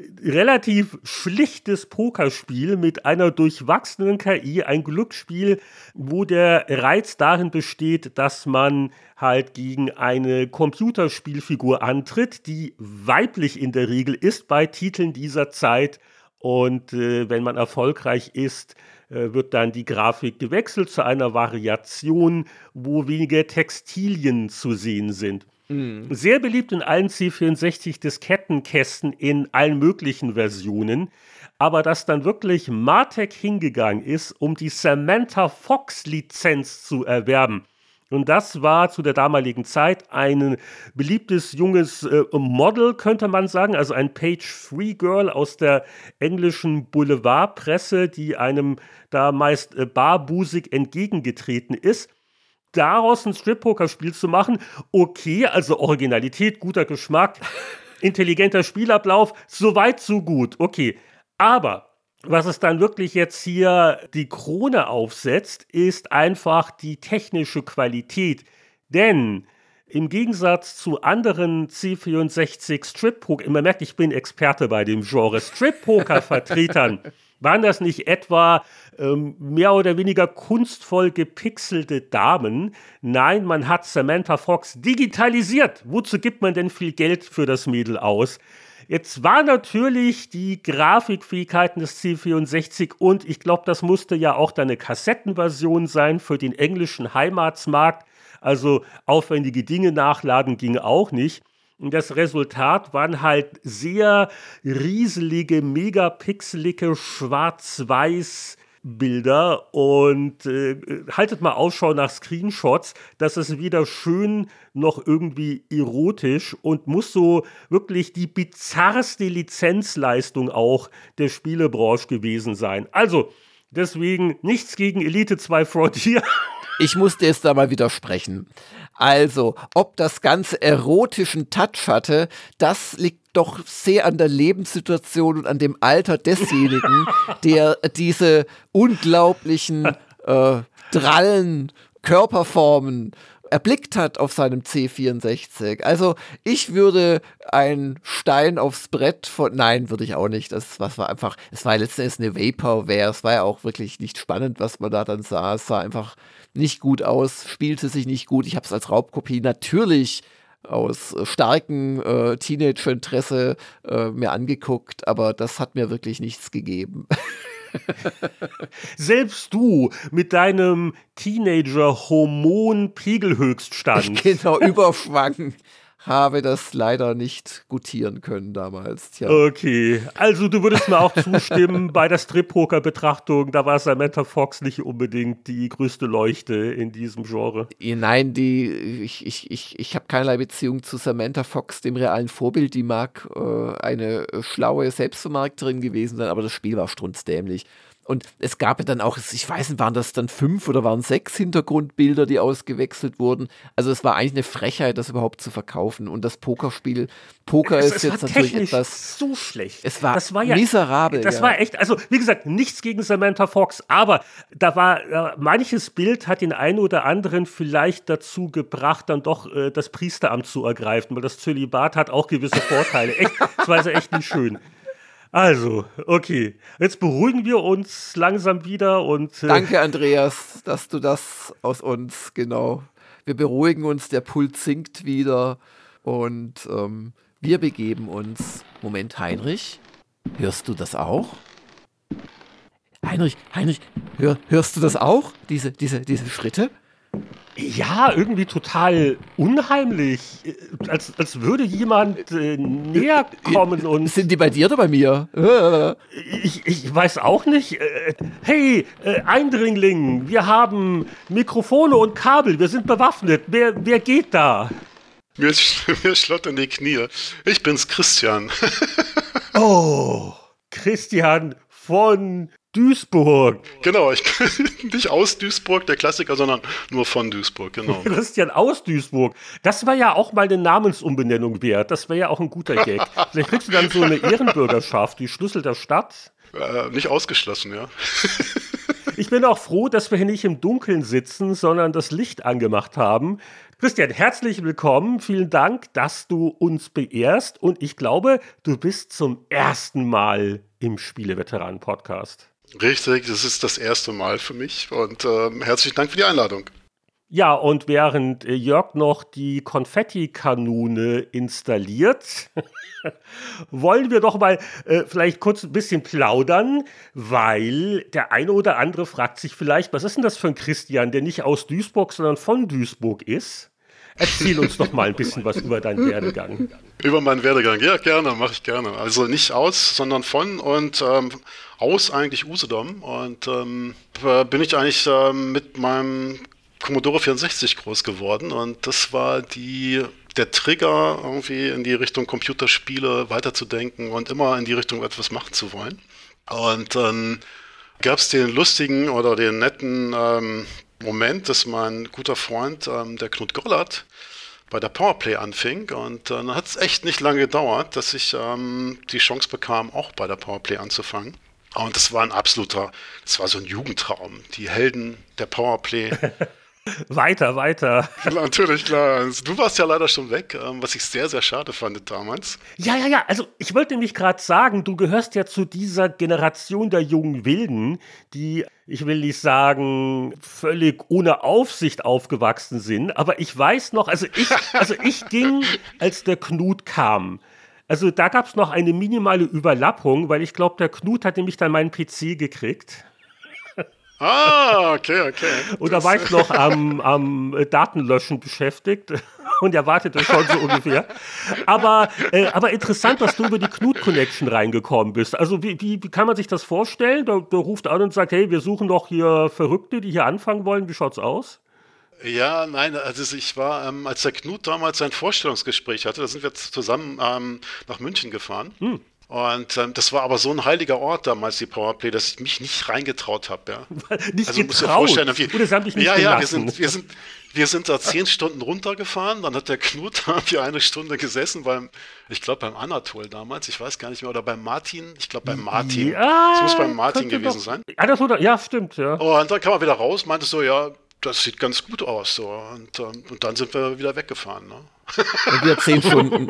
relativ schlichtes Pokerspiel mit einer durchwachsenen KI, ein Glücksspiel, wo der Reiz darin besteht, dass man halt gegen eine Computerspielfigur antritt, die weiblich in der Regel ist bei Titeln dieser Zeit. Und wenn man erfolgreich ist, wird dann die Grafik gewechselt zu einer Variation, wo weniger Textilien zu sehen sind. Sehr beliebt in allen C64-Diskettenkästen in allen möglichen Versionen. Aber dass dann wirklich Martech hingegangen ist, um die Samantha Fox-Lizenz zu erwerben. Und das war zu der damaligen Zeit ein beliebtes junges Model, könnte man sagen, also ein Page-Free-Girl aus der englischen Boulevardpresse, die einem da meist barbusig entgegengetreten ist. Daraus ein Strip-Poker-Spiel zu machen, okay, also Originalität, guter Geschmack, intelligenter Spielablauf, so weit, so gut, okay. Aber was es dann wirklich jetzt hier die Krone aufsetzt, ist einfach die technische Qualität. Denn im Gegensatz zu anderen C64 Strip-Poker, man merkt, ich bin Experte bei dem Genre, Strip-Poker-Vertretern, waren das nicht etwa mehr oder weniger kunstvoll gepixelte Damen? Nein, man hat Samantha Fox digitalisiert. Wozu gibt man denn viel Geld für das Mädel aus? Jetzt war natürlich die Grafikfähigkeiten des C64 und ich glaube, das musste ja auch dann eine Kassettenversion sein für den englischen Heimatsmarkt. Also aufwendige Dinge nachladen ging auch nicht. Und das Resultat waren halt sehr rieselige, megapixelige Schwarz-Weiß Bilder und haltet mal Ausschau nach Screenshots. Das ist weder schön noch irgendwie erotisch und muss so wirklich die bizarrste Lizenzleistung auch der Spielebranche gewesen sein. Also, deswegen nichts gegen Elite 2 Frontier. Ich muss dir jetzt da mal widersprechen. Also, ob das Ganze erotischen Touch hatte, das liegt doch sehr an der Lebenssituation und an dem Alter desjenigen, der diese unglaublichen drallen Körperformen erblickt hat auf seinem C64. Also ich würde einen Stein aufs Brett nein, würde ich auch nicht. Es war letztendlich eine Vaporware. Es war ja auch wirklich nicht spannend, was man da dann sah. Es sah einfach nicht gut aus, spielte sich nicht gut. Ich habe es als Raubkopie natürlich aus starkem Teenager-Interesse mir angeguckt, aber das hat mir wirklich nichts gegeben. Selbst du mit deinem Teenager-Hormon-Pegelhöchststand. Genau, Überschwang. Habe das leider nicht gutieren können damals. Tja. Okay, also du würdest mir auch zustimmen, bei der Strip-Poker-Betrachtung, da war Samantha Fox nicht unbedingt die größte Leuchte in diesem Genre. Nein, ich habe keinerlei Beziehung zu Samantha Fox, dem realen Vorbild. Die mag eine schlaue Selbstvermarkterin gewesen sein, aber das Spiel war strunzdämlich. Und es gab ja dann auch, ich weiß nicht, waren das dann 5 oder waren 6 Hintergrundbilder, die ausgewechselt wurden. Also es war eigentlich eine Frechheit, das überhaupt zu verkaufen. Und das Pokerspiel, ist jetzt natürlich etwas so schlecht. Das war ja miserabel. Das war echt, also wie gesagt, nichts gegen Samantha Fox, aber da war manches Bild hat den einen oder anderen vielleicht dazu gebracht, dann doch das Priesteramt zu ergreifen, weil das Zölibat hat auch gewisse Vorteile. Echt, das war also echt nicht schön. Also, okay. Jetzt beruhigen wir uns langsam wieder und. Danke, Andreas, dass du das aus uns, genau. Wir beruhigen uns, der Puls sinkt wieder und wir begeben uns. Moment, Heinrich, hörst du das auch? Heinrich, hörst du das auch? Diese Schritte? Ja, irgendwie total unheimlich. Als würde jemand näher kommen und. Sind die bei dir oder bei mir? Ich weiß auch nicht. Hey, Eindringling, wir haben Mikrofone und Kabel, wir sind bewaffnet. Wer geht da? Mir schlottern die Knie. Ich bin's, Christian. Oh, Christian von Duisburg. Genau, ich bin nicht aus Duisburg, der Klassiker, sondern nur von Duisburg, genau. Christian aus Duisburg. Das war ja auch mal eine Namensumbenennung wert. Das wäre ja auch ein guter Gag. Vielleicht kriegst du dann so eine Ehrenbürgerschaft, die Schlüssel der Stadt. Nicht ausgeschlossen, ja. Ich bin auch froh, dass wir hier nicht im Dunkeln sitzen, sondern das Licht angemacht haben. Christian, herzlich willkommen. Vielen Dank, dass du uns beehrst. Und ich glaube, du bist zum ersten Mal im Spieleveteranen-Podcast. Richtig, das ist das erste Mal für mich und herzlichen Dank für die Einladung. Ja, und während Jörg noch die Konfettikanone installiert, wollen wir doch mal vielleicht kurz ein bisschen plaudern, weil der eine oder andere fragt sich vielleicht, was ist denn das für ein Christian, der nicht aus Duisburg, sondern von Duisburg ist? Erzähl uns doch mal ein bisschen was über deinen Werdegang. Über meinen Werdegang, ja gerne, mache ich gerne. Also nicht aus, sondern von und aus eigentlich Usedom und bin ich eigentlich mit meinem Commodore 64 groß geworden und das war der Trigger, irgendwie in die Richtung Computerspiele weiterzudenken und immer in die Richtung etwas machen zu wollen. Und dann gab es den lustigen oder den netten Moment, dass mein guter Freund, der Knut Gollert, bei der Powerplay anfing und dann hat es echt nicht lange gedauert, dass ich die Chance bekam, auch bei der Powerplay anzufangen. Und das war das war so ein Jugendtraum, die Helden der Powerplay. Weiter. Natürlich, klar. Also, du warst ja leider schon weg, was ich sehr, sehr schade fand damals. Ja. Also ich wollte nämlich gerade sagen, du gehörst ja zu dieser Generation der jungen Wilden, die, ich will nicht sagen, völlig ohne Aufsicht aufgewachsen sind. Aber ich weiß noch, ich ging, als der Knut kam. Also da gab es noch eine minimale Überlappung, weil ich glaube, der Knut hat nämlich dann meinen PC gekriegt. Ah, okay. Und da war ich noch am Datenlöschen beschäftigt und er wartete schon so ungefähr. Aber interessant, dass du über die Knut-Connection reingekommen bist. Also wie kann man sich das vorstellen? Der ruft an und sagt, hey, wir suchen doch hier Verrückte, die hier anfangen wollen. Wie schaut's aus? Ja, nein, also ich war, als der Knut damals sein Vorstellungsgespräch hatte, da sind wir zusammen nach München gefahren. Und das war aber so ein heiliger Ort damals, die Powerplay, dass ich mich nicht reingetraut habe. Ja. Nicht also getraut? Oder haben dich nicht gelassen? Wir sind da 10 Stunden runtergefahren, dann hat der Knut da für 1 Stunde gesessen beim Anatol damals, ich weiß gar nicht mehr, oder beim Martin, beim Martin. Ja, das muss beim Martin gewesen sein. Ja, stimmt, ja. Und dann kam er wieder raus, meinte so, ja, das sieht ganz gut aus. So. Und dann sind wir wieder weggefahren. Ne? Und wieder 10 Stunden.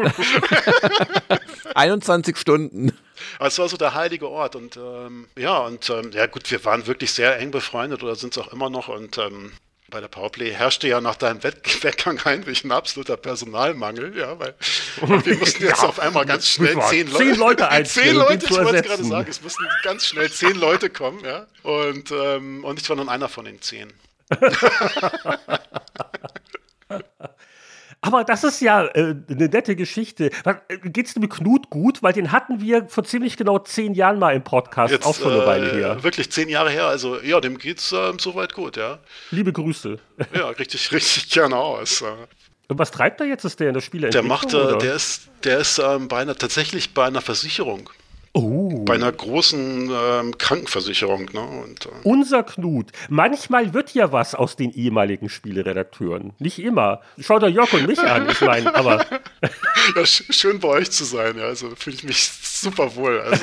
21 Stunden. Es war so der heilige Ort. Und ja gut, wir waren wirklich sehr eng befreundet oder sind es auch immer noch. Und bei der Powerplay herrschte ja nach deinem Weggang Heinrich ein absoluter Personalmangel. Ja, weil wir mussten jetzt auf einmal ganz schnell 10 Leute einstellen. 10 Leute, ich wollte es gerade sagen, es mussten ganz schnell 10 Leute kommen. Ja? Und ich war nun einer von den 10. Aber das ist ja eine nette Geschichte. Geht's dir mit Knut gut? Weil den hatten wir vor ziemlich genau 10 Jahren mal im Podcast, jetzt, auch schon eine Weile her. Wirklich 10 Jahre her, also ja, dem geht's soweit gut, ja. Liebe Grüße. Ja, richtig gerne aus. Und was treibt er jetzt? Ist der in der Spieleentwicklung? Der ist tatsächlich bei einer Versicherung. Oh. Bei einer großen Krankenversicherung. Ne? Und, unser Knut. Manchmal wird ja was aus den ehemaligen Spieleredakteuren. Nicht immer. Schaut doch Jörg und mich an, ich meine, aber... Ja, schön bei euch zu sein, ja. Also fühle ich mich super wohl. Also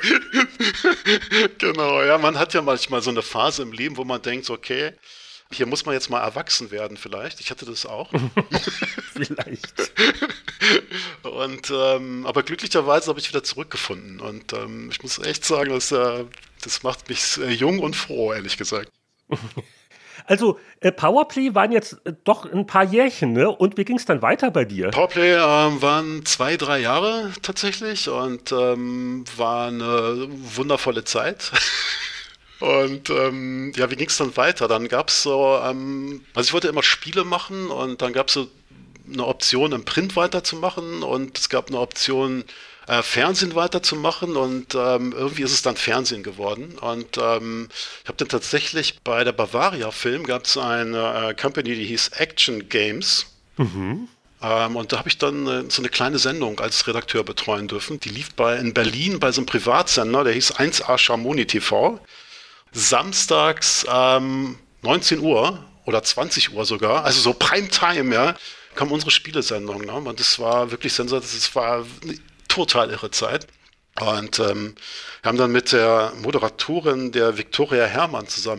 genau, ja, man hat ja manchmal so eine Phase im Leben, wo man denkt, okay, hier muss man jetzt mal erwachsen werden vielleicht. Ich hatte das auch. Vielleicht. Und aber glücklicherweise habe ich wieder zurückgefunden. Und ich muss echt sagen, das macht mich jung und froh, ehrlich gesagt. Also Powerplay waren jetzt doch ein paar Jährchen, ne? Und wie ging es dann weiter bei dir? Powerplay waren 2-3 Jahre tatsächlich und war eine wundervolle Zeit. Und ja, wie ging es dann weiter? Dann gab es so, also ich wollte immer Spiele machen und dann gab es so eine Option, im Print weiterzumachen und es gab eine Option, Fernsehen weiterzumachen und irgendwie ist es dann Fernsehen geworden. Und ich habe dann tatsächlich bei der Bavaria Film gab es eine Company, die hieß Action Games. Und da habe ich dann so eine kleine Sendung als Redakteur betreuen dürfen. Die lief in Berlin bei so einem Privatsender, der hieß 1A Scharmoni TV. Samstags 19 Uhr oder 20 Uhr sogar, also so Primetime, ja, kam unsere Spielesendung. Ne? Und das war wirklich sensationell, das war eine total irre Zeit. Und wir haben dann mit der Moderatorin, der Viktoria Herrmann, zusammen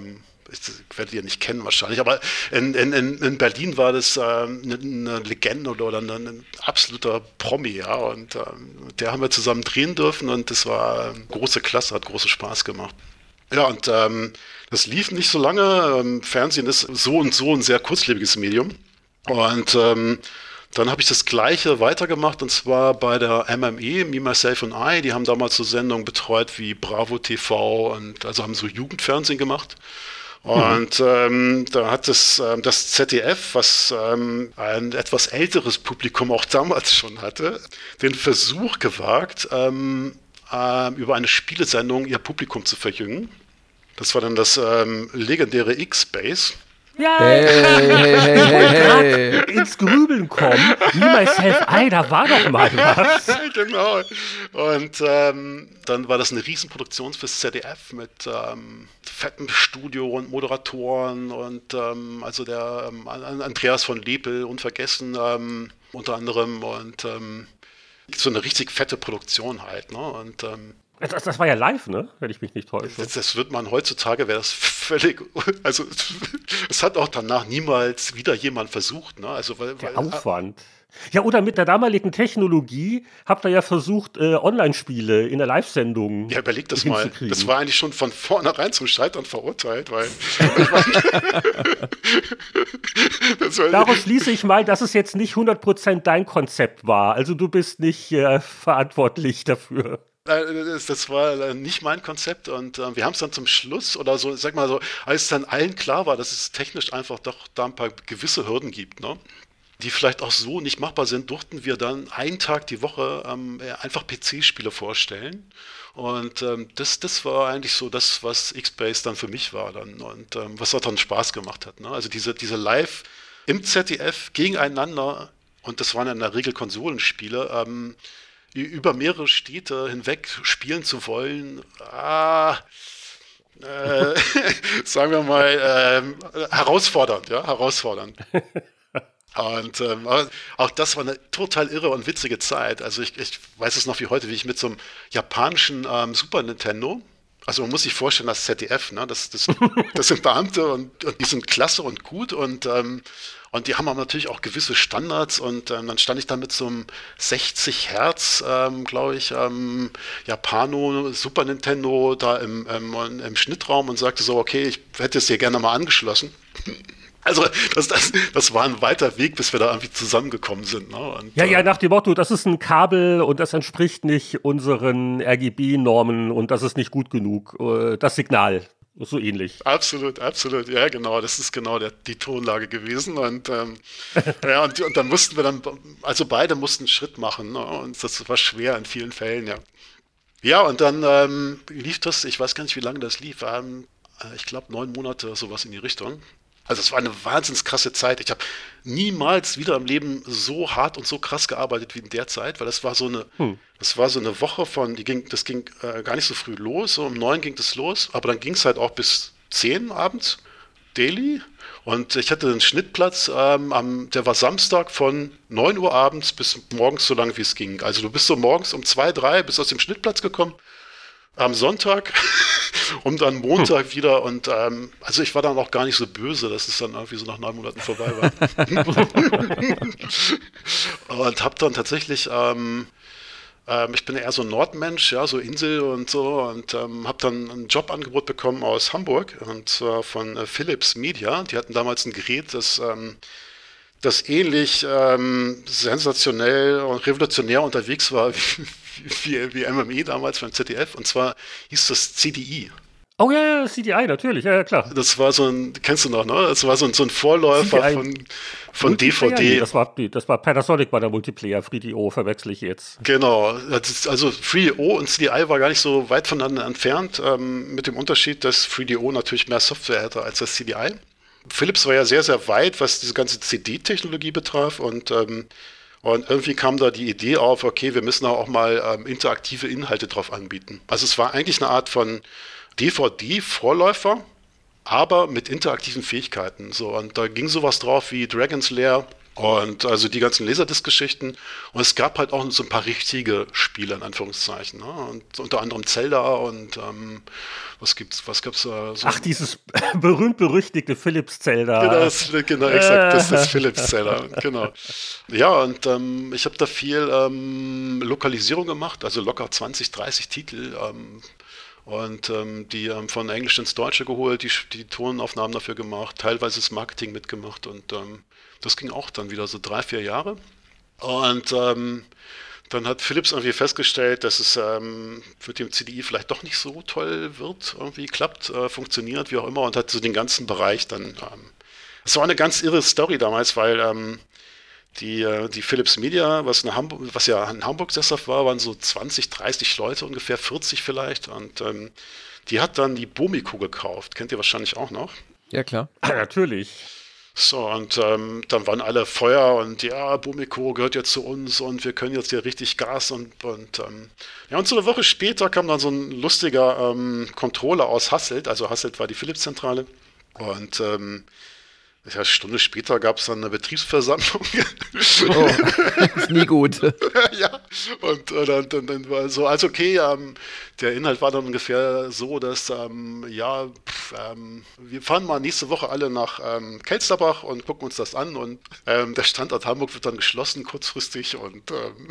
ich werde die ja nicht kennen wahrscheinlich, aber in Berlin war das eine Legende oder ein absoluter Promi, ja, und der haben wir zusammen drehen dürfen und das war große Klasse, hat großen Spaß gemacht. Ja, und das lief nicht so lange. Fernsehen ist so und so ein sehr kurzlebiges Medium. Und dann habe ich das Gleiche weitergemacht, und zwar bei der MME, Me, Myself and I. Die haben damals so Sendungen betreut wie Bravo TV und also haben so Jugendfernsehen gemacht. Und da hat das ZDF, was ein etwas älteres Publikum auch damals schon hatte, den Versuch gewagt, über eine Spielesendung ihr Publikum zu verjüngen. Das war dann das legendäre X-Base. Ja, Hey. ins Grübeln kommen. Me, Myself, da war doch mal was. Genau. Und dann war das eine Riesenproduktion fürs ZDF mit fettem Studio und Moderatoren und also der Andreas von Lepel, unvergessen, unter anderem, und so eine richtig fette Produktion halt, ne? Und Das war ja live, ne? Wenn ich mich nicht täusche. das wird man heutzutage, wäre das völlig, also es hat auch danach niemals wieder jemand versucht, ne? Also weil Aufwand. Ja, oder mit der damaligen Technologie habt ihr ja versucht, Online-Spiele in der Live-Sendung. Ja, überleg das mal. Das war eigentlich schon von vornherein zum Scheitern verurteilt, weil. Daraus schließe ich mal, dass es jetzt nicht 100% dein Konzept war. Also du bist nicht verantwortlich dafür. Das war nicht mein Konzept, und wir haben es dann zum Schluss oder so, sag mal so, als dann allen klar war, dass es technisch einfach doch da ein paar gewisse Hürden gibt, ne, die vielleicht auch so nicht machbar sind, durften wir dann einen Tag die Woche einfach PC-Spiele vorstellen. Und das war eigentlich so das, was X-Base dann für mich war dann, und was auch dann Spaß gemacht hat, ne? Also diese Live im ZDF gegeneinander, und das waren in der Regel Konsolenspiele, über mehrere Städte hinweg spielen zu wollen, sagen wir mal, herausfordernd, ja, herausfordernd. Und auch das war eine total irre und witzige Zeit. Also ich weiß es noch wie heute, wie ich mit so einem japanischen Super Nintendo, also man muss sich vorstellen, das ZDF, ne, das sind Beamte, und die sind klasse und gut, und die haben aber natürlich auch gewisse Standards, und dann stand ich da mit so einem 60 Hertz, glaube ich, Japano Super Nintendo da im Schnittraum und sagte so, okay, ich hätte es dir gerne mal angeschlossen. Also das war ein weiter Weg, bis wir da irgendwie zusammengekommen sind. Ne? Und, ja, nach dem Motto, das ist ein Kabel und das entspricht nicht unseren RGB-Normen und das ist nicht gut genug, das Signal. So ähnlich. Absolut, ja genau, das ist genau die Tonlage gewesen, und ja, und dann mussten wir also beide mussten einen Schritt machen, ne? Und das war schwer in vielen Fällen, ja. Ja, und dann lief das, ich weiß gar nicht, wie lange das lief, ich glaube 9 Monate, sowas in die Richtung. Also es war eine wahnsinns krasse Zeit. Ich habe niemals wieder im Leben so hart und so krass gearbeitet wie in der Zeit, weil das war so eine Woche das ging gar nicht so früh los, so um 9 ging das los, aber dann ging es halt auch bis 10 abends, daily. Und ich hatte einen Schnittplatz, der war Samstag von 9 Uhr abends bis morgens so lange wie es ging. Also du bist so morgens um 2, 3 bist aus dem Schnittplatz gekommen, am Sonntag und dann Montag wieder, und also ich war dann auch gar nicht so böse, dass es dann irgendwie so nach 9 Monaten vorbei war. Und habe dann tatsächlich, ich bin eher so ein Nordmensch, ja, so Insel und so, und habe dann ein Jobangebot bekommen aus Hamburg, und zwar von Philips Media. Die hatten damals ein Gerät, das ähnlich sensationell und revolutionär unterwegs war wie MME damals beim ZDF, und zwar hieß das CDI. Oh ja, CDI, natürlich, ja klar. Das war so ein, kennst du noch, ne? Das war so ein Vorläufer von DVD. Nee, das war Panasonic bei der Multiplayer, FreeDO verwechsel ich jetzt. Genau, also FreeDO und CDI war gar nicht so weit voneinander entfernt, mit dem Unterschied, dass FreeDO natürlich mehr Software hatte als das CDI. Philips war ja sehr, sehr weit, was diese ganze CD-Technologie betraf, und irgendwie kam da die Idee auf, okay, wir müssen auch mal interaktive Inhalte drauf anbieten. Also es war eigentlich eine Art von DVD-Vorläufer, aber mit interaktiven Fähigkeiten. So, und da ging sowas drauf wie Dragon's Lair, Und also die ganzen Laserdisc-Geschichten. Und es gab halt auch so ein paar richtige Spiele, in Anführungszeichen. Ne? Und unter anderem Zelda und was gab's da? So Ach, dieses berühmt-berüchtigte Philips-Zelda. Genau, exakt, das ist Philips-Zelda, genau. Ja, und ich habe da viel Lokalisierung gemacht, also locker 20, 30 Titel. Und die von Englisch ins Deutsche geholt, die Tonaufnahmen dafür gemacht, teilweise das Marketing mitgemacht und das ging auch dann wieder so 3, 4 Jahre. Und dann hat Philips irgendwie festgestellt, dass es mit dem CDI vielleicht doch nicht so toll wird, irgendwie klappt, funktioniert, wie auch immer, und hat so den ganzen Bereich dann. Es war eine ganz irre Story damals, weil die Philips Media, was ja in Hamburg sesshaft war, waren so 20, 30 Leute, ungefähr 40 vielleicht. Und die hat dann die Bomico gekauft. Kennt ihr wahrscheinlich auch noch? Ja, klar. Ja, natürlich. So, und dann waren alle Feuer und ja, Bomico gehört jetzt zu uns und wir können jetzt hier richtig Gas und ja, und so eine Woche später kam dann so ein lustiger Controller aus Hasselt, also Hasselt war die Philips-Zentrale und ja, eine Stunde später gab es dann eine Betriebsversammlung. Oh, ist nie gut. Ja, und dann war so, also okay, der Inhalt war dann ungefähr so, dass, wir fahren mal nächste Woche alle nach Kelsterbach und gucken uns das an und der Standort Hamburg wird dann geschlossen kurzfristig und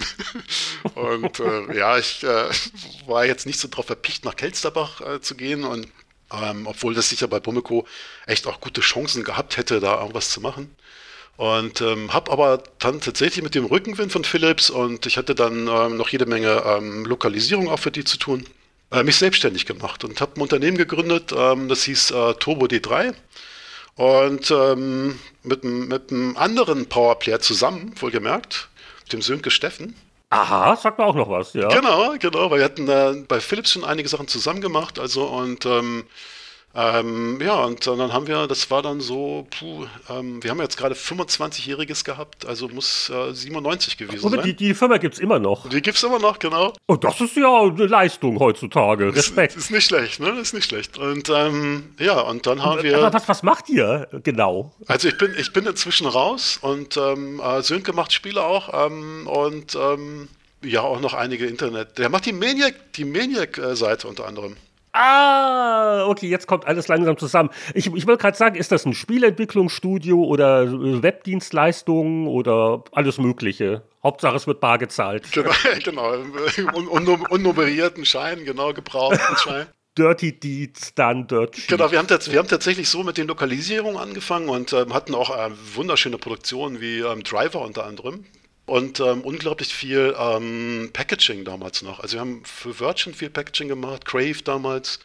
ja, ich war jetzt nicht so drauf verpicht, nach Kelsterbach zu gehen und obwohl das sicher bei Bomico echt auch gute Chancen gehabt hätte, da irgendwas zu machen. Und habe aber dann tatsächlich mit dem Rückenwind von Philips und ich hatte dann noch jede Menge Lokalisierung auch für die zu tun, mich selbstständig gemacht und habe ein Unternehmen gegründet, das hieß Turbo D3 und mit einem anderen Powerplayer zusammen, wohlgemerkt, dem Sönke Steffen. Aha, sagt mir auch noch was, ja. Genau, weil wir hatten bei Philips schon einige Sachen zusammen gemacht, also und ja, und dann haben wir, das war dann so, wir haben jetzt gerade 25-Jähriges gehabt, also muss 97 gewesen Aber sein. die Firma gibt's immer noch. Die gibt's immer noch, genau. Und das ist ja eine Leistung heutzutage. Respekt. Ist nicht schlecht, ne? Ist nicht schlecht. Und ja, und dann haben wir. Aber was macht ihr genau? Also ich bin inzwischen raus und Sönke macht Spiele auch und ja, auch noch einige Internet. Der macht die Maniac-Seite unter anderem. Ah, okay, jetzt kommt alles langsam zusammen. Ich wollte gerade sagen, ist das ein Spielentwicklungsstudio oder Webdienstleistungen oder alles Mögliche? Hauptsache, es wird bar gezahlt. Genau. Unnummerierten Schein, genau, gebrauchten Schein. Dirty Deeds, dann Dirt Sheet. Genau, wir haben tatsächlich so mit den Lokalisierungen angefangen und hatten auch wunderschöne Produktionen wie Driver unter anderem. Und unglaublich viel Packaging damals noch. Also wir haben für Virgin viel Packaging gemacht, Crave damals,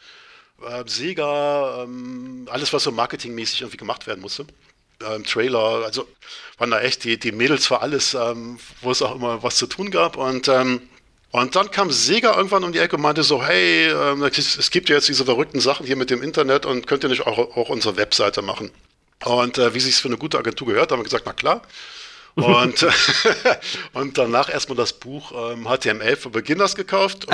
Sega, alles was so marketingmäßig irgendwie gemacht werden musste. Trailer, also waren da echt die Mädels für alles, wo es auch immer was zu tun gab. Und dann kam Sega irgendwann um die Ecke und meinte so, hey, es gibt ja jetzt diese verrückten Sachen hier mit dem Internet und könnt ihr nicht auch unsere Webseite machen? Und wie sich es für eine gute Agentur gehört, haben wir gesagt, na klar. Und danach erstmal das Buch HTML für Beginners gekauft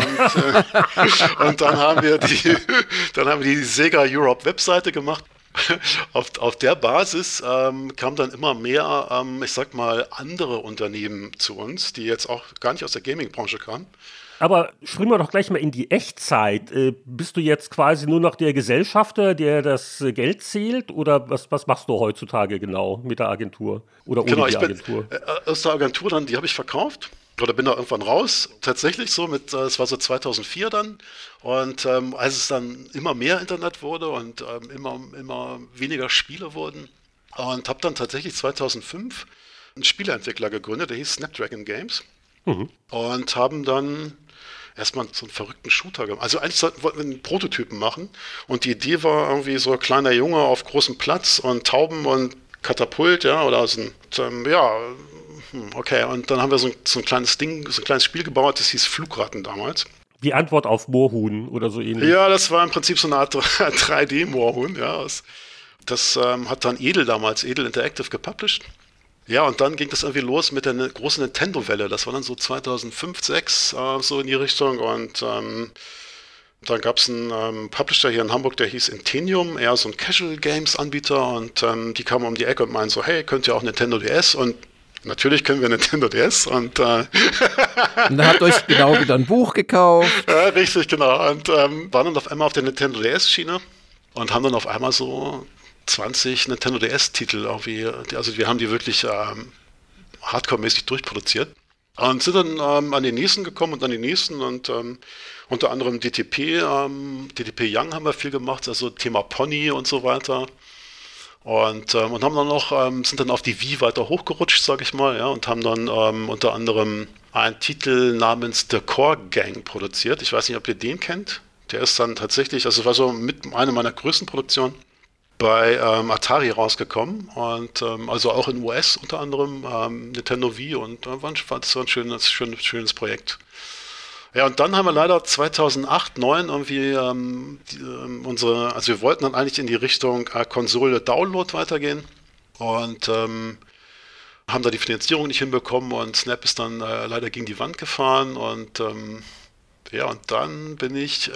und dann haben wir die Sega Europe Webseite gemacht. Auf der Basis kamen dann immer mehr, ich sag mal, andere Unternehmen zu uns, die jetzt auch gar nicht aus der Gaming-Branche kamen. Aber springen wir doch gleich mal in die Echtzeit. Bist du jetzt quasi nur noch der Gesellschafter, der das Geld zählt? Oder was machst du heutzutage genau mit der Agentur? Oder ohne die Agentur? Aus der Agentur dann, die habe ich verkauft. Oder bin da irgendwann raus. Tatsächlich so, es war so 2004 dann. Und als es dann immer mehr Internet wurde und immer weniger Spiele wurden. Und habe dann tatsächlich 2005 einen Spieleentwickler gegründet, der hieß Snapdragon Games. Mhm. Und haben dann erstmal so einen verrückten Shooter gemacht. Also eigentlich wollten wir einen Prototypen machen und die Idee war irgendwie so ein kleiner Junge auf großem Platz und Tauben und Katapult, ja, oder so ein, okay. Und dann haben wir so ein kleines Ding, so ein kleines Spiel gebaut, das hieß Flugratten damals. Die Antwort auf Moorhuhn oder so ähnlich. Ja, das war im Prinzip so eine Art 3D-Moorhuhn, ja. Das hat dann Edel Interactive gepublished. Ja, und dann ging das irgendwie los mit der großen Nintendo-Welle. Das war dann so 2005, 2006, so in die Richtung. Und dann gab es einen Publisher hier in Hamburg, der hieß Intenium, eher so ein Casual-Games-Anbieter. Und die kamen um die Ecke und meinten so, hey, könnt ihr auch Nintendo DS? Und Natürlich können wir Nintendo DS und Und dann habt euch genau wieder ein Buch gekauft. ja, richtig, genau. Und waren dann auf einmal auf der Nintendo DS-Schiene und haben dann auf einmal so 20 Nintendo DS-Titel irgendwie, also wir haben die wirklich hardcore-mäßig durchproduziert. Und sind dann an die nächsten gekommen und an die nächsten und unter anderem DTP Young haben wir viel gemacht, also Thema Pony und so weiter. Und haben dann noch, sind dann auf die Wii weiter hochgerutscht, sag ich mal, ja, und haben dann unter anderem einen Titel namens The Core Gang produziert. Ich weiß nicht, ob ihr den kennt. Der ist dann tatsächlich, also war so mit einer meiner größten Produktionen bei Atari rausgekommen und also auch in US unter anderem Nintendo Wii und das war ein schönes Projekt. Ja, und dann haben wir leider 2008, 2009 irgendwie also wir wollten dann eigentlich in die Richtung Konsole Download weitergehen und haben da die Finanzierung nicht hinbekommen und Snap ist dann leider gegen die Wand gefahren und ja, und dann bin ich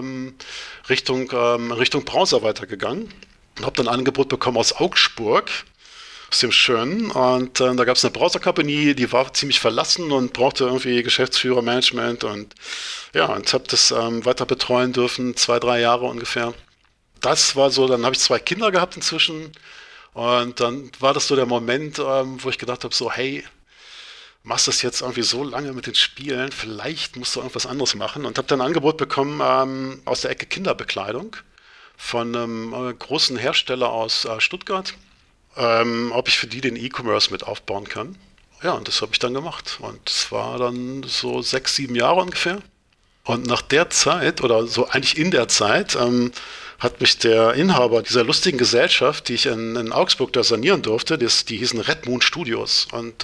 Richtung Browser weitergegangen. Und habe dann ein Angebot bekommen aus Augsburg, aus dem Schönen. Und da gab es eine Browser-Company, die war ziemlich verlassen und brauchte irgendwie Geschäftsführer, Management. Und ja, und habe das weiter betreuen dürfen, 2-3 Jahre ungefähr. Das war so, dann habe ich 2 Kinder gehabt inzwischen. Und dann war das so der Moment, wo ich gedacht habe, so hey, machst das jetzt irgendwie so lange mit den Spielen, vielleicht musst du irgendwas anderes machen. Und habe dann ein Angebot bekommen aus der Ecke Kinderbekleidung von einem großen Hersteller aus Stuttgart, ob ich für die den E-Commerce mit aufbauen kann. Ja, und das habe ich dann gemacht. Und es war dann so 6, 7 Jahre ungefähr. Und nach der Zeit, oder so eigentlich in der Zeit, hat mich der Inhaber dieser lustigen Gesellschaft, die ich in Augsburg da sanieren durfte, die hießen Red Moon Studios. Und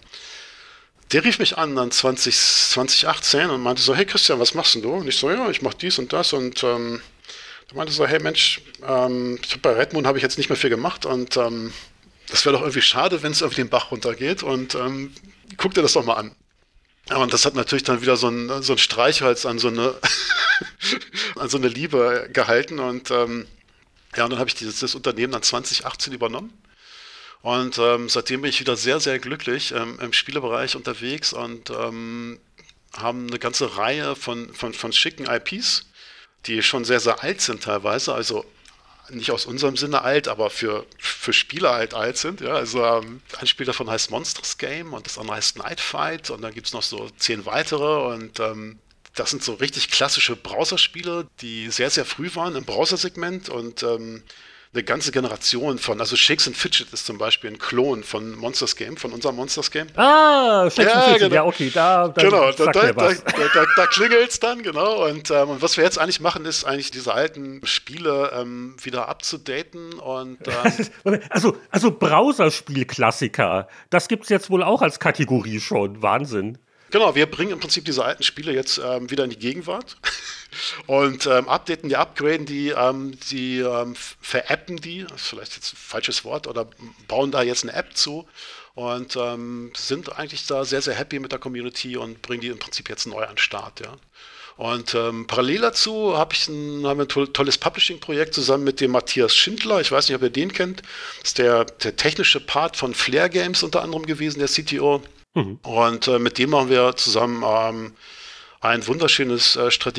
der rief mich an 2018 und meinte so, hey Christian, was machst denn du? Und ich so, ja, ich mache dies und das und er meinte so, hey Mensch, bei Red Moon habe ich jetzt nicht mehr viel gemacht und das wäre doch irgendwie schade, wenn es irgendwie den Bach runtergeht und guck dir das doch mal an. Ja, und das hat natürlich dann wieder so ein Streichholz an so eine an so eine Liebe gehalten und ja, und dann habe ich das Unternehmen dann 2018 übernommen und seitdem bin ich wieder sehr, sehr glücklich im Spielebereich unterwegs und haben eine ganze Reihe von schicken IPs, die schon sehr, sehr alt sind teilweise, also nicht aus unserem Sinne alt, aber für Spieler halt alt sind. Ja? Also ein Spiel davon heißt Monsters Game und das andere heißt Night Fight und dann gibt es noch so 10 weitere und das sind so richtig klassische Browserspiele, die sehr, sehr früh waren im Browsersegment und eine ganze Generation von, also Shakes and Fidget ist zum Beispiel ein Klon von Monsters Game, von unserem Monsters Game. Ah, Shakes and Fidget, genau. Ja, okay, da klingelt's dann, genau. Und was wir jetzt eigentlich machen, ist eigentlich diese alten Spiele wieder abzudaten und also Browserspiel-Klassiker, das gibt's jetzt wohl auch als Kategorie schon, Wahnsinn. Genau, wir bringen im Prinzip diese alten Spiele jetzt wieder in die Gegenwart und updaten die, upgraden die, verappen die, das ist vielleicht jetzt ein falsches Wort, oder bauen da jetzt eine App zu und sind eigentlich da sehr, sehr happy mit der Community und bringen die im Prinzip jetzt neu an den Start, ja. Und parallel dazu haben wir ein tolles Publishing-Projekt zusammen mit dem Matthias Schindler. Ich weiß nicht, ob ihr den kennt. Das ist der technische Part von Flair Games unter anderem gewesen, der CTO. Und mit dem machen wir zusammen ein wunderschönes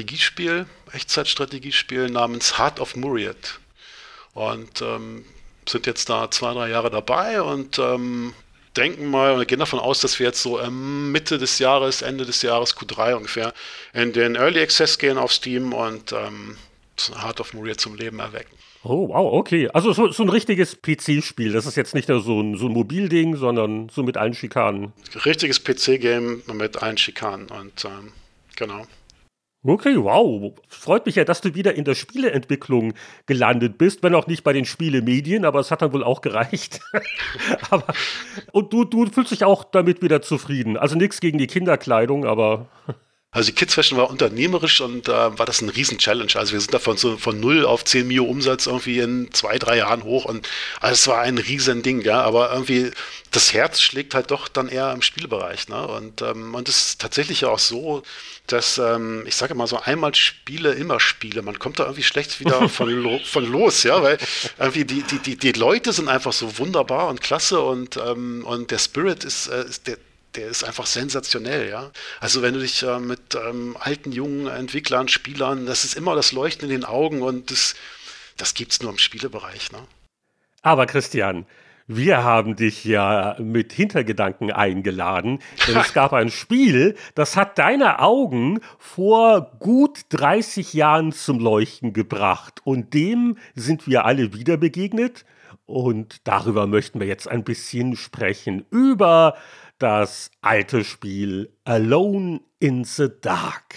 Echtzeitstrategiespiel namens Heart of Myriad. Und sind jetzt da 2-3 Jahre dabei und denken mal und gehen davon aus, dass wir jetzt so Mitte des Jahres, Ende des Jahres, Q3 ungefähr, in den Early Access gehen auf Steam und Heart of Myriad zum Leben erwecken. Oh, wow, okay. Also so ein richtiges PC-Spiel. Das ist jetzt nicht nur so ein Mobilding, sondern so mit allen Schikanen. Richtiges PC-Game mit allen Schikanen und genau. Okay, wow. Freut mich ja, dass du wieder in der Spieleentwicklung gelandet bist, wenn auch nicht bei den Spielemedien, aber es hat dann wohl auch gereicht. Und du fühlst dich auch damit wieder zufrieden. Also nichts gegen die Kinderkleidung, aber... Also die Kids Fashion war unternehmerisch und war das ein Riesen-Challenge. Also wir sind davon so von 0 auf 10 Mio Umsatz irgendwie in 2-3 Jahren hoch und also es war ein Riesending, ja, aber irgendwie das Herz schlägt halt doch dann eher im Spielbereich, ne? Und es ist tatsächlich ja auch so, dass, ich sage mal so, einmal Spiele, immer Spiele. Man kommt da irgendwie schlecht wieder von los, ja, weil irgendwie die Leute sind einfach so wunderbar und klasse und der Spirit ist der ist einfach sensationell, ja. Also wenn du dich mit alten, jungen Entwicklern, Spielern, das ist immer das Leuchten in den Augen und das gibt's nur im Spielebereich, ne? Aber Christian, wir haben dich ja mit Hintergedanken eingeladen, denn es gab ein Spiel, das hat deine Augen vor gut 30 Jahren zum Leuchten gebracht und dem sind wir alle wieder begegnet und darüber möchten wir jetzt ein bisschen sprechen, über das alte Spiel Alone in the Dark.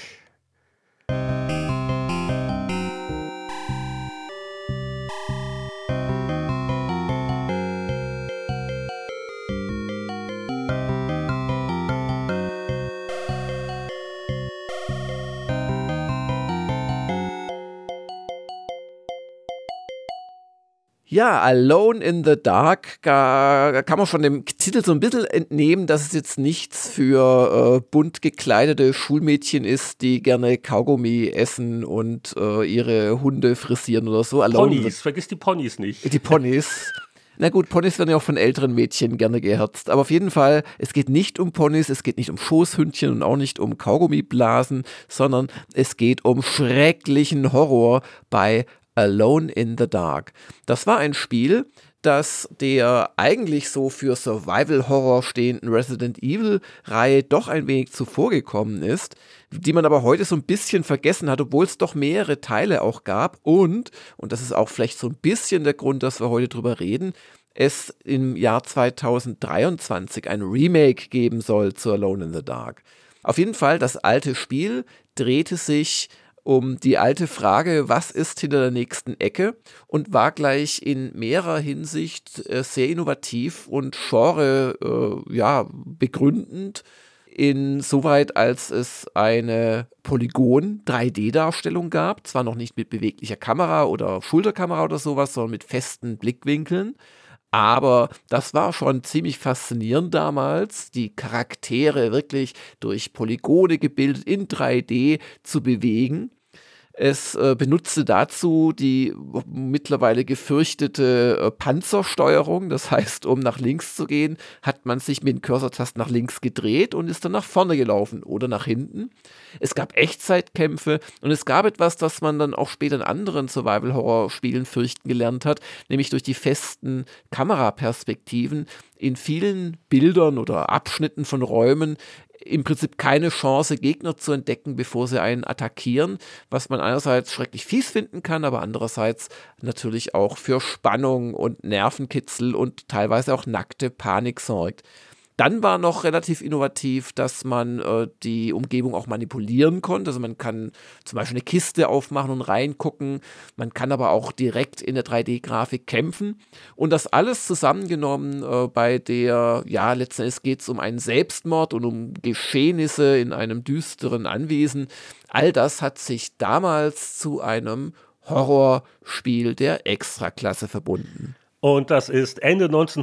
Ja, Alone in the Dark, da kann man von dem Titel so ein bisschen entnehmen, dass es jetzt nichts für bunt gekleidete Schulmädchen ist, die gerne Kaugummi essen und ihre Hunde frisieren oder so. Ponys, vergiss die Ponys nicht. Die Ponys. Na gut, Ponys werden ja auch von älteren Mädchen gerne geherzt. Aber auf jeden Fall, es geht nicht um Ponys, es geht nicht um Schoßhündchen und auch nicht um Kaugummiblasen, sondern es geht um schrecklichen Horror bei Alone in the Dark. Das war ein Spiel, das der eigentlich so für Survival-Horror stehenden Resident Evil-Reihe doch ein wenig zuvor gekommen ist, die man aber heute so ein bisschen vergessen hat, obwohl es doch mehrere Teile auch gab und das ist auch vielleicht so ein bisschen der Grund, dass wir heute drüber reden, es im Jahr 2023 ein Remake geben soll zu Alone in the Dark. Auf jeden Fall, das alte Spiel drehte sich um die alte Frage, was ist hinter der nächsten Ecke, und war gleich in mehrerer Hinsicht sehr innovativ und Genre begründend, insoweit als es eine Polygon-3D-Darstellung gab, zwar noch nicht mit beweglicher Kamera oder Schulterkamera oder sowas, sondern mit festen Blickwinkeln. Aber das war schon ziemlich faszinierend damals, die Charaktere wirklich durch Polygone gebildet in 3D zu bewegen. Es benutzte dazu die mittlerweile gefürchtete Panzersteuerung. Das heißt, um nach links zu gehen, hat man sich mit dem Cursor-Tasten nach links gedreht und ist dann nach vorne gelaufen oder nach hinten. Es gab Echtzeitkämpfe und es gab etwas, das man dann auch später in anderen Survival-Horror-Spielen fürchten gelernt hat, nämlich durch die festen Kameraperspektiven in vielen Bildern oder Abschnitten von Räumen im Prinzip keine Chance, Gegner zu entdecken, bevor sie einen attackieren, was man einerseits schrecklich fies finden kann, aber andererseits natürlich auch für Spannung und Nervenkitzel und teilweise auch nackte Panik sorgt. Dann war noch relativ innovativ, dass man die Umgebung auch manipulieren konnte. Also man kann zum Beispiel eine Kiste aufmachen und reingucken. Man kann aber auch direkt in der 3D-Grafik kämpfen. Und das alles zusammengenommen bei der, ja, letzten Endes geht es um einen Selbstmord und um Geschehnisse in einem düsteren Anwesen. All das hat sich damals zu einem Horrorspiel der Extraklasse verbunden. Und das ist Ende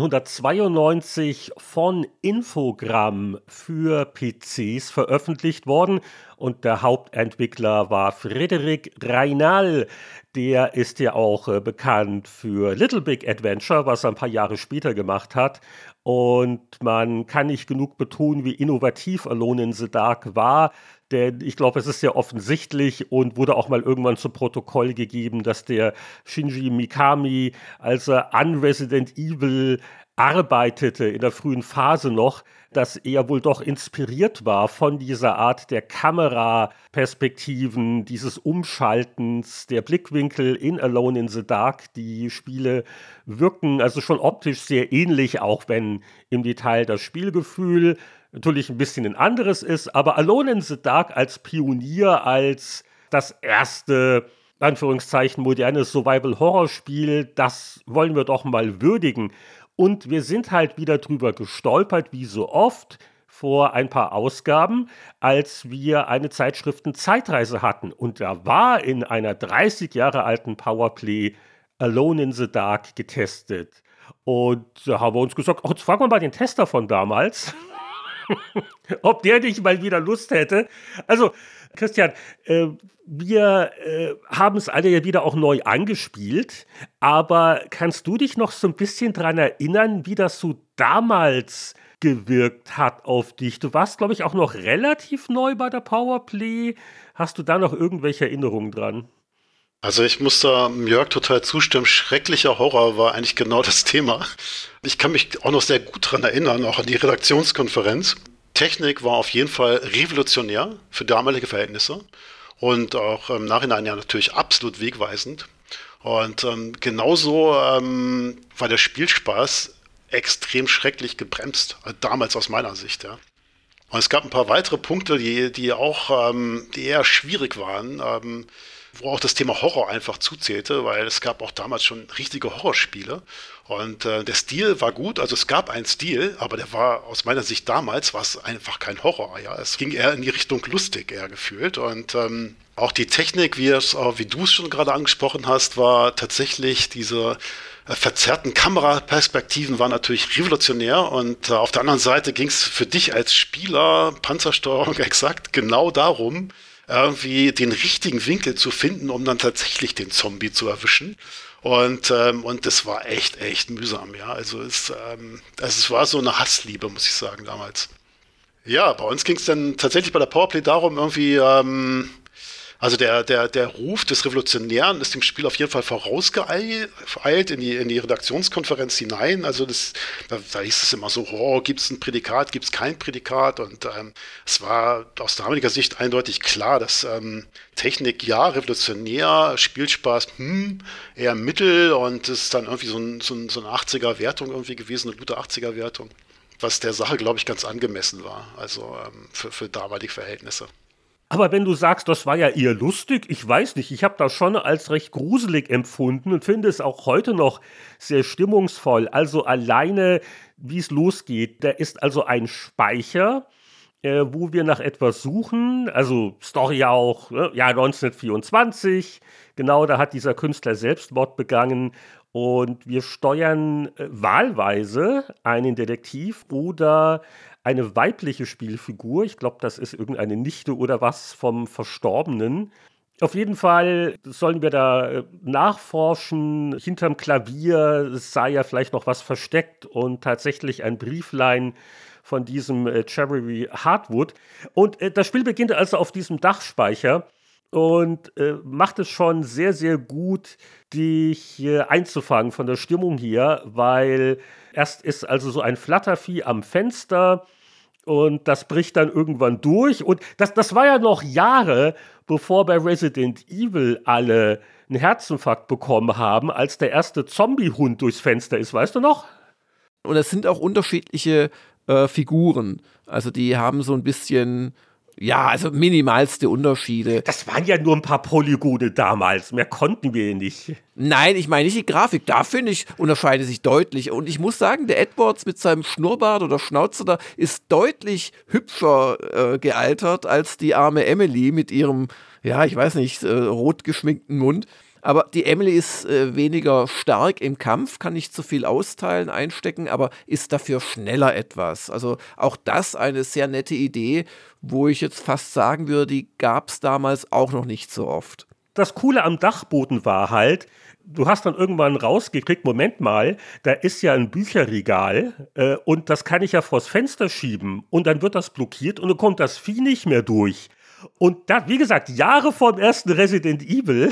1992 von Infogramm für PCs veröffentlicht worden. Und der Hauptentwickler war Frédéric Raynal. Der ist ja auch bekannt für Little Big Adventure, was er ein paar Jahre später gemacht hat. Und man kann nicht genug betonen, wie innovativ Alone in the Dark war. Denn ich glaube, es ist sehr offensichtlich und wurde auch mal irgendwann zu Protokoll gegeben, dass der Shinji Mikami, als er an Resident Evil arbeitete, in der frühen Phase noch, dass er wohl doch inspiriert war von dieser Art der Kameraperspektiven, dieses Umschaltens, der Blickwinkel in Alone in the Dark. Die Spiele wirken also schon optisch sehr ähnlich, auch wenn im Detail das Spielgefühl natürlich ein bisschen ein anderes ist, aber Alone in the Dark als Pionier, als das erste, Anführungszeichen, moderne Survival-Horror-Spiel, das wollen wir doch mal würdigen. Und wir sind halt wieder drüber gestolpert, wie so oft. vor ein paar Ausgaben, als wir eine Zeitschriften-Zeitreise hatten. Und da war in einer 30 Jahre alten Powerplay Alone in the Dark getestet. Und da haben wir uns gesagt, jetzt fragen wir mal den Tester von damals, ob der nicht mal wieder Lust hätte. Also, Christian, wir haben es alle ja wieder auch neu angespielt, aber kannst du dich noch so ein bisschen daran erinnern, wie das so damals gewirkt hat auf dich? Du warst, glaube ich, auch noch relativ neu bei der Powerplay. Hast du da noch irgendwelche Erinnerungen dran? Also ich muss da Jörg total zustimmen. Schrecklicher Horror war eigentlich genau das Thema. Ich kann mich auch noch sehr gut daran erinnern, auch an die Redaktionskonferenz. Technik war auf jeden Fall revolutionär für damalige Verhältnisse und auch im Nachhinein ja natürlich absolut wegweisend. Und genauso war der Spielspaß extrem schrecklich gebremst, damals aus meiner Sicht, ja. Und es gab ein paar weitere Punkte, die auch die eher schwierig waren, wo auch das Thema Horror einfach zuzählte, weil es gab auch damals schon richtige Horrorspiele. Und der Stil war gut, also es gab einen Stil, aber der war aus meiner Sicht damals, war es einfach kein Horror. Ja, es ging eher in die Richtung lustig eher gefühlt. Und auch die Technik, wie du es schon gerade angesprochen hast, war tatsächlich diese verzerrten Kameraperspektiven waren natürlich revolutionär und auf der anderen Seite ging es für dich als Spieler, Panzersteuerung exakt genau darum, irgendwie den richtigen Winkel zu finden, um dann tatsächlich den Zombie zu erwischen. Und das war echt mühsam, ja. Also es war so eine Hassliebe, muss ich sagen, damals. Ja, bei uns ging es dann tatsächlich bei der Powerplay darum, irgendwie, also der Ruf des Revolutionären ist dem Spiel auf jeden Fall vorausgeeilt in die Redaktionskonferenz hinein. Also da hieß es immer so, gibt es ein Prädikat, gibt es kein Prädikat? Und es war aus damaliger Sicht eindeutig klar, dass Technik ja revolutionär, Spielspaß eher mittel und es ist dann irgendwie so eine 80er-Wertung irgendwie gewesen, eine gute 80er-Wertung, was der Sache, glaube ich, ganz angemessen war, also für damalige Verhältnisse. Aber wenn du sagst, das war ja eher lustig, ich weiß nicht, ich habe das schon als recht gruselig empfunden und finde es auch heute noch sehr stimmungsvoll. Also alleine, wie es losgeht, da ist also ein Speicher, wo wir nach etwas suchen, also Story auch, Jahr 1924, genau, da hat dieser Künstler Selbstmord begangen und wir steuern wahlweise einen Detektiv oder eine weibliche Spielfigur, ich glaube, das ist irgendeine Nichte oder was vom Verstorbenen. Auf jeden Fall sollen wir da nachforschen, hinterm Klavier sei ja vielleicht noch was versteckt und tatsächlich ein Brieflein von diesem Cherry Hardwood. Und das Spiel beginnt also auf diesem Dachspeicher und macht es schon sehr, sehr gut, dich einzufangen von der Stimmung hier, weil erst ist also so ein Flattervieh am Fenster und das bricht dann irgendwann durch. Und das war ja noch Jahre, bevor bei Resident Evil alle einen Herzinfarkt bekommen haben, als der erste Zombie-Hund durchs Fenster ist, weißt du noch? Und es sind auch unterschiedliche Figuren. Also die haben so ein bisschen, ja, also minimalste Unterschiede. Das waren ja nur ein paar Polygone damals, mehr konnten wir nicht. Nein, ich meine nicht die Grafik, da finde ich, unterscheidet sich deutlich. Und ich muss sagen, der Edwards mit seinem Schnurrbart oder Schnauzer da ist deutlich hübscher gealtert als die arme Emily mit ihrem, ja, ich weiß nicht, rot geschminkten Mund. Aber die Emily ist weniger stark im Kampf, kann nicht so viel austeilen, einstecken, aber ist dafür schneller etwas. Also auch das eine sehr nette Idee, wo ich jetzt fast sagen würde, die gab es damals auch noch nicht so oft. Das Coole am Dachboden war halt, du hast dann irgendwann rausgekriegt, Moment mal, da ist ja ein Bücherregal und das kann ich ja vors Fenster schieben und dann wird das blockiert und dann kommt das Vieh nicht mehr durch. Und da, wie gesagt, Jahre vor dem ersten Resident Evil,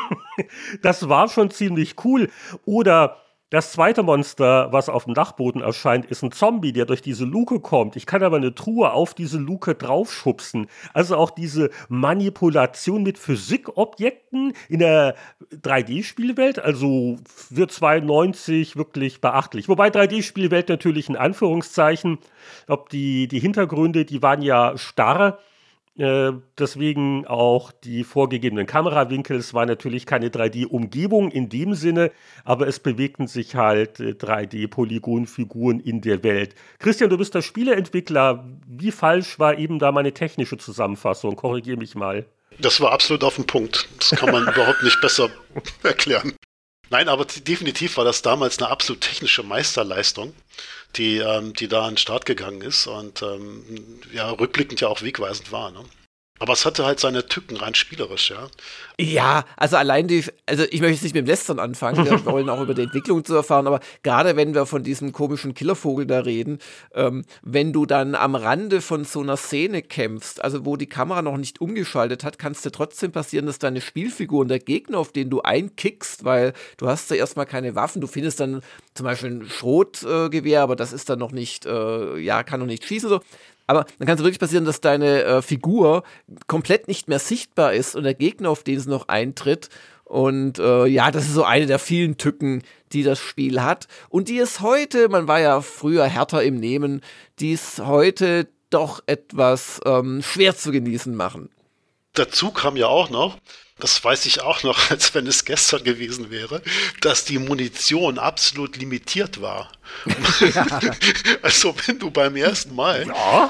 das war schon ziemlich cool. Oder das zweite Monster, was auf dem Dachboden erscheint, ist ein Zombie, der durch diese Luke kommt. Ich kann aber eine Truhe auf diese Luke draufschubsen. Also auch diese Manipulation mit Physikobjekten in der 3D-Spielwelt, also wird 92 wirklich beachtlich. Wobei 3D-Spielwelt natürlich in Anführungszeichen, ob die Hintergründe, die waren ja starr. Deswegen auch die vorgegebenen Kamerawinkel. Es war natürlich keine 3D-Umgebung in dem Sinne, aber es bewegten sich halt 3D-Polygonfiguren in der Welt. Christian, du bist der Spieleentwickler. Wie falsch war eben da meine technische Zusammenfassung? Korrigiere mich mal. Das war absolut auf den Punkt. Das kann man überhaupt nicht besser erklären. Nein, aber definitiv war das damals eine absolut technische Meisterleistung, die da an den Start gegangen ist und rückblickend ja auch wegweisend war. Ne? Aber es hatte halt seine Tücken rein spielerisch, ja. Ja, also ich möchte jetzt nicht mit dem Lästern anfangen, wir wollen auch über die Entwicklung zu erfahren, aber gerade wenn wir von diesem komischen Killervogel da reden, wenn du dann am Rande von so einer Szene kämpfst, also wo die Kamera noch nicht umgeschaltet hat, kann es dir trotzdem passieren, dass deine Spielfigur und der Gegner, auf den du einkickst, weil du hast ja erstmal keine Waffen, du findest dann zum Beispiel ein Schrotgewehr, aber das ist dann noch nicht, kann noch nicht schießen, so. Aber dann kann es wirklich passieren, dass deine Figur komplett nicht mehr sichtbar ist und der Gegner, auf den es noch eintritt. Und das ist so eine der vielen Tücken, die das Spiel hat. Und die es heute, man war ja früher härter im Nehmen, die es heute doch etwas schwer zu genießen machen. Dazu kam ja auch noch, das weiß ich auch noch, als wenn es gestern gewesen wäre, dass die Munition absolut limitiert war. Ja. Also wenn du beim ersten Mal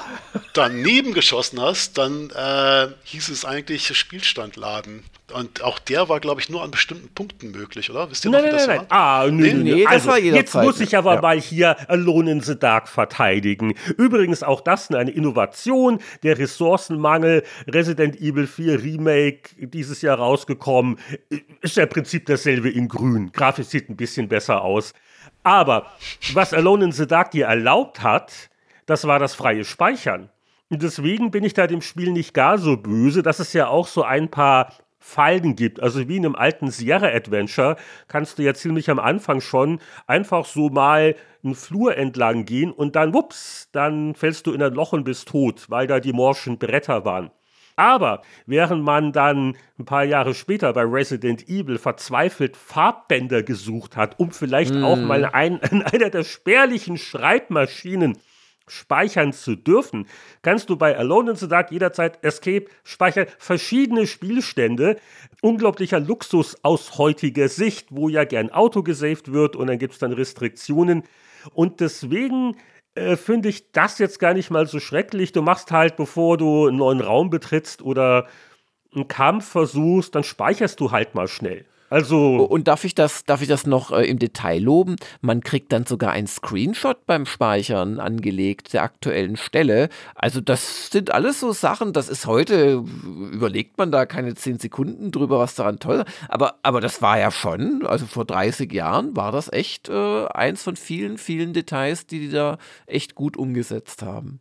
daneben geschossen hast, dann hieß es eigentlich Spielstand laden. Und auch der war, glaube ich, nur an bestimmten Punkten möglich, oder? Wisst ihr noch, wie das war? Nee, das also, war jederzeit. Jetzt muss ich aber mal hier Alone in the Dark verteidigen. Übrigens auch das eine Innovation, der Ressourcenmangel. Resident Evil 4 Remake, dieses Jahr rausgekommen, ist ja im Prinzip dasselbe in grün. Grafisch sieht ein bisschen besser aus. Aber was Alone in the Dark dir erlaubt hat, das war das freie Speichern. Und deswegen bin ich da dem Spiel nicht gar so böse, dass es ja auch so ein paar Fallen gibt. Also wie in einem alten Sierra-Adventure kannst du ja ziemlich am Anfang schon einfach so mal einen Flur entlang gehen und dann, dann fällst du in ein Loch und bist tot, weil da die morschen Bretter waren. Aber während man dann ein paar Jahre später bei Resident Evil verzweifelt Farbbänder gesucht hat, um vielleicht auch mal in einer der spärlichen Schreibmaschinen speichern zu dürfen, kannst du bei Alone in the Dark jederzeit Escape speichern, verschiedene Spielstände, unglaublicher Luxus aus heutiger Sicht, wo ja gern Auto gesaved wird und dann gibt es dann Restriktionen und deswegen finde ich das jetzt gar nicht mal so schrecklich. Du machst halt, bevor du einen neuen Raum betrittst oder einen Kampf versuchst, dann speicherst du halt mal schnell. Also und darf ich das noch im Detail loben? Man kriegt dann sogar einen Screenshot beim Speichern angelegt der aktuellen Stelle. Also das sind alles so Sachen, das ist heute, überlegt man da keine 10 Sekunden drüber, was daran toll ist. Aber das war ja schon, also vor 30 Jahren war das echt eins von vielen, vielen Details, die da echt gut umgesetzt haben.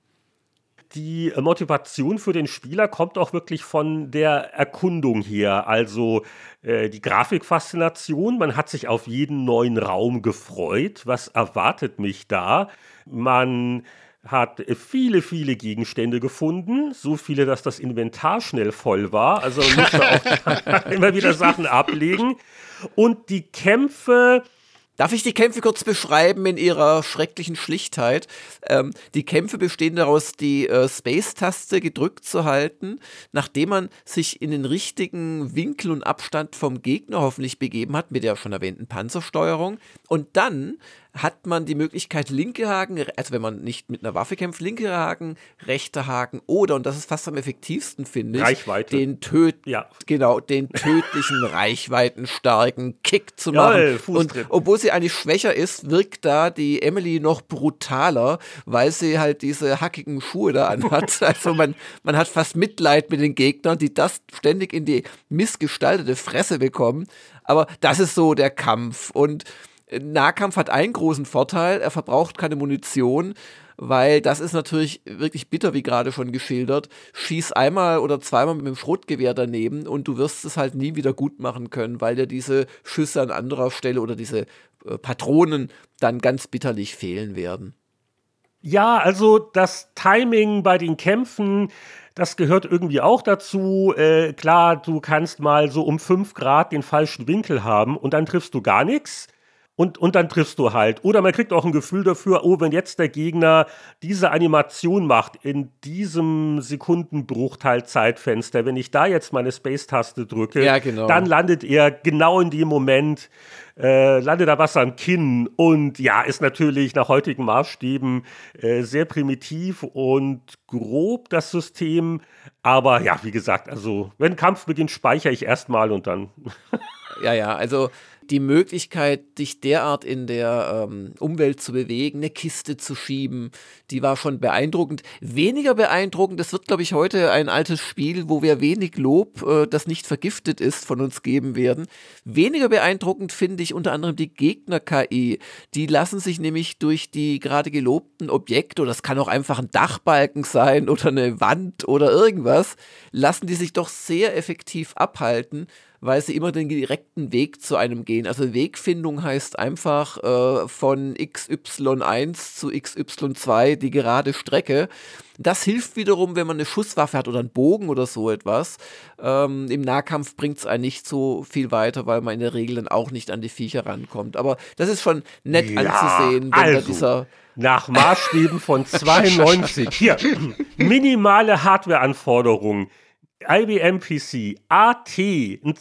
Die Motivation für den Spieler kommt auch wirklich von der Erkundung her, also die Grafikfaszination, man hat sich auf jeden neuen Raum gefreut, was erwartet mich da, man hat viele, viele Gegenstände gefunden, so viele, dass das Inventar schnell voll war, also man musste auch immer wieder Sachen ablegen und die Kämpfe. Darf ich die Kämpfe kurz beschreiben in ihrer schrecklichen Schlichtheit? Die Kämpfe bestehen daraus, die Space-Taste gedrückt zu halten, nachdem man sich in den richtigen Winkel und Abstand vom Gegner hoffentlich begeben hat, mit der schon erwähnten Panzersteuerung. Und dann hat man die Möglichkeit, linke Haken, also wenn man nicht mit einer Waffe kämpft, linke Haken, rechter Haken oder, und das ist fast am effektivsten, finde ich, Reichweite. den tödlichen, reichweitenstarken Kick zu machen. Und obwohl sie eigentlich schwächer ist, wirkt da die Emily noch brutaler, weil sie halt diese hackigen Schuhe da anhat. Also man hat fast Mitleid mit den Gegnern, die das ständig in die missgestaltete Fresse bekommen. Aber das ist so der Kampf. Und Nahkampf hat einen großen Vorteil, er verbraucht keine Munition, weil das ist natürlich wirklich bitter, wie gerade schon geschildert. Schieß einmal oder zweimal mit dem Schrotgewehr daneben und du wirst es halt nie wieder gut machen können, weil dir diese Schüsse an anderer Stelle oder diese Patronen dann ganz bitterlich fehlen werden. Ja, also das Timing bei den Kämpfen, das gehört irgendwie auch dazu. Klar, du kannst mal so um 5 Grad den falschen Winkel haben und dann triffst du gar nichts. Und dann triffst du halt. Oder man kriegt auch ein Gefühl dafür, oh, wenn jetzt der Gegner diese Animation macht in diesem Sekundenbruchteil Zeitfenster, wenn ich da jetzt meine Space-Taste drücke, Ja, genau. dann landet er genau in dem Moment, landet da was am Kinn. Und ja, ist natürlich nach heutigen Maßstäben sehr primitiv und grob, das System. Aber ja, wie gesagt, also wenn Kampf beginnt, speichere ich erstmal und dann... Ja, also die Möglichkeit, dich derart in der Umwelt zu bewegen, eine Kiste zu schieben, die war schon beeindruckend. Weniger beeindruckend, das wird, glaube ich, heute ein altes Spiel, wo wir wenig Lob, das nicht vergiftet ist, von uns geben werden. Weniger beeindruckend finde ich unter anderem die Gegner-KI. Die lassen sich nämlich durch die gerade gelobten Objekte, oder das kann auch einfach ein Dachbalken sein oder eine Wand oder irgendwas, lassen die sich doch sehr effektiv abhalten, weil sie immer den direkten Weg zu einem gehen. Also Wegfindung heißt einfach von XY1 zu XY2 die gerade Strecke. Das hilft wiederum, wenn man eine Schusswaffe hat oder einen Bogen oder so etwas. Im Nahkampf bringt es einen nicht so viel weiter, weil man in der Regel dann auch nicht an die Viecher rankommt. Aber das ist schon nett anzusehen, wenn da dieser... Nach Maßstäben von 92. Hier, minimale Hardwareanforderungen. IBM PC AT, ein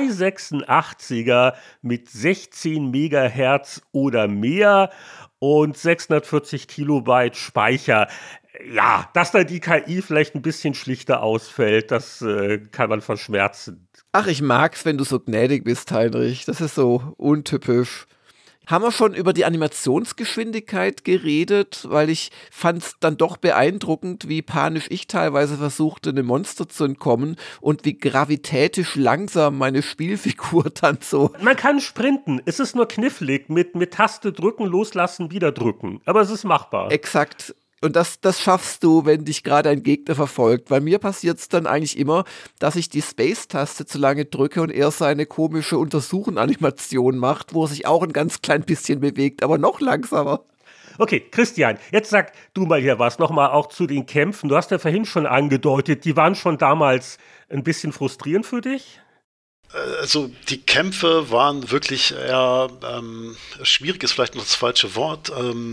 286er mit 16 Megahertz oder mehr und 640 Kilobyte Speicher. Ja, dass da die KI vielleicht ein bisschen schlichter ausfällt, das kann man verschmerzen. Ach, ich mag's, wenn du so gnädig bist, Heinrich. Das ist so untypisch. Haben wir schon über die Animationsgeschwindigkeit geredet, weil ich fand es dann doch beeindruckend, wie panisch ich teilweise versuchte, einem Monster zu entkommen und wie gravitätisch langsam meine Spielfigur dann so... Man kann sprinten, es ist nur knifflig, mit Taste drücken, loslassen, wieder drücken, aber es ist machbar. Exakt. Und das schaffst du, wenn dich gerade ein Gegner verfolgt. Bei mir passiert es dann eigentlich immer, dass ich die Space-Taste zu lange drücke und er seine komische Untersuchen-Animation macht, wo er sich auch ein ganz klein bisschen bewegt, aber noch langsamer. Okay, Christian, jetzt sag du mal hier was, nochmal auch zu den Kämpfen. Du hast ja vorhin schon angedeutet, die waren schon damals ein bisschen frustrierend für dich? Also die Kämpfe waren wirklich eher, schwierig ist vielleicht noch das falsche Wort,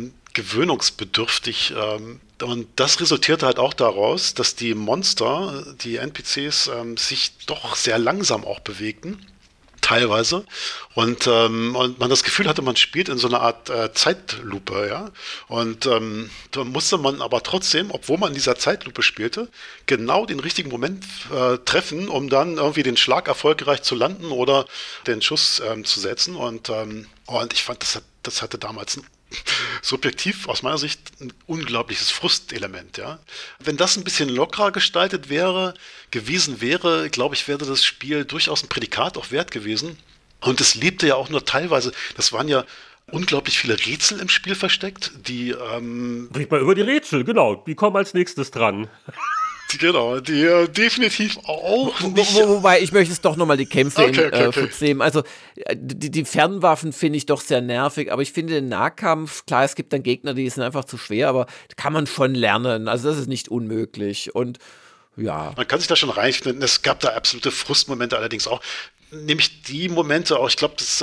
gewöhnungsbedürftig. Und das resultierte halt auch daraus, dass die Monster, die NPCs, sich doch sehr langsam auch bewegten, teilweise. Und man das Gefühl hatte, man spielt in so einer Art Zeitlupe, ja. Und da musste man aber trotzdem, obwohl man in dieser Zeitlupe spielte, genau den richtigen Moment treffen, um dann irgendwie den Schlag erfolgreich zu landen oder den Schuss zu setzen. Und ich fand, das hatte damals subjektiv aus meiner Sicht ein unglaubliches Frustelement, ja. Wenn das ein bisschen lockerer gestaltet gewesen wäre, glaube ich, wäre das Spiel durchaus ein Prädikat auch wert gewesen. Und es lebte ja auch nur teilweise, das waren ja unglaublich viele Rätsel im Spiel versteckt, die... Red mal über die Rätsel, genau. Die kommen als nächstes dran. Genau, die definitiv auch nicht... Wobei, ich möchte es doch nochmal die Kämpfe in Schutz nehmen. Also die Fernwaffen finde ich doch sehr nervig, aber ich finde den Nahkampf, klar, es gibt dann Gegner, die sind einfach zu schwer, aber kann man schon lernen. Also das ist nicht unmöglich und ja. Man kann sich da schon reinfinden. Es gab da absolute Frustmomente allerdings auch. Nämlich die Momente auch, ich glaube, das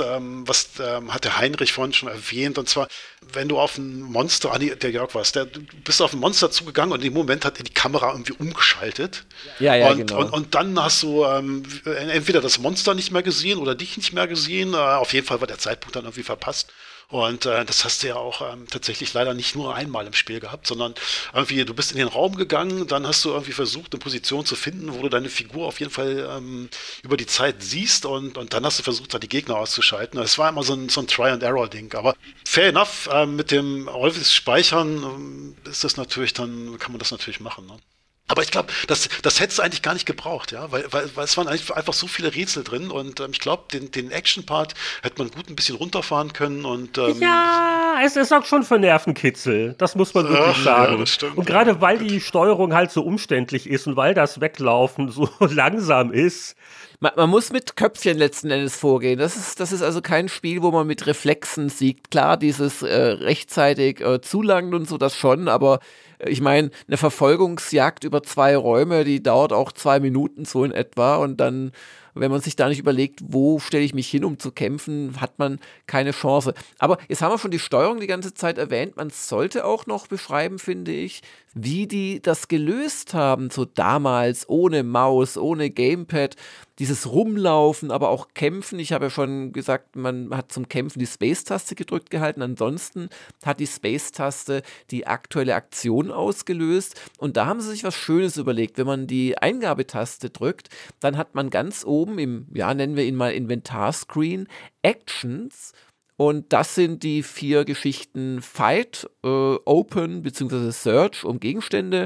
hat der Heinrich vorhin schon erwähnt, und zwar, wenn du auf ein Monster, der Jörg war's, du bist auf ein Monster zugegangen und in dem Moment hat er die Kamera irgendwie umgeschaltet. Ja, genau. Und dann hast du entweder das Monster nicht mehr gesehen oder dich nicht mehr gesehen. Auf jeden Fall war der Zeitpunkt dann irgendwie verpasst. Und das hast du ja auch tatsächlich leider nicht nur einmal im Spiel gehabt, sondern irgendwie, du bist in den Raum gegangen, dann hast du irgendwie versucht, eine Position zu finden, wo du deine Figur auf jeden Fall über die Zeit siehst und dann hast du versucht, da die Gegner auszuschalten. Es war immer so ein Try-and-Error-Ding, aber fair enough, mit dem Always Speichern ist das natürlich, dann kann man das natürlich machen, ne? Aber ich glaube, das hätte es eigentlich gar nicht gebraucht, ja, weil es waren einfach so viele Rätsel drin und ich glaube, den Action-Part hätte man gut ein bisschen runterfahren können und ja, es sorgt schon für Nervenkitzel, das muss man wirklich sagen. Ja, das stimmt, und gerade weil die Steuerung halt so umständlich ist und weil das Weglaufen so langsam ist. Man muss mit Köpfchen letzten Endes vorgehen. Das ist also kein Spiel, wo man mit Reflexen siegt. Klar, dieses rechtzeitig zulangen und so, das schon, aber ich meine, eine Verfolgungsjagd über 2 Räume, die dauert auch 2 Minuten so in etwa und dann Wenn man sich da nicht überlegt, wo stelle ich mich hin, um zu kämpfen, hat man keine Chance. Aber jetzt haben wir schon die Steuerung die ganze Zeit erwähnt. Man sollte auch noch beschreiben, finde ich, wie die das gelöst haben, so damals, ohne Maus, ohne Gamepad, dieses Rumlaufen, aber auch Kämpfen. Ich habe ja schon gesagt, man hat zum Kämpfen die Space-Taste gedrückt gehalten. Ansonsten hat die Space-Taste die aktuelle Aktion ausgelöst. Und da haben sie sich was Schönes überlegt. Wenn man die Eingabetaste drückt, dann hat man ganz oben im, ja, nennen wir ihn mal Inventarscreen, Actions. Und das sind die 4 Geschichten Fight, Open bzw. Search, um Gegenstände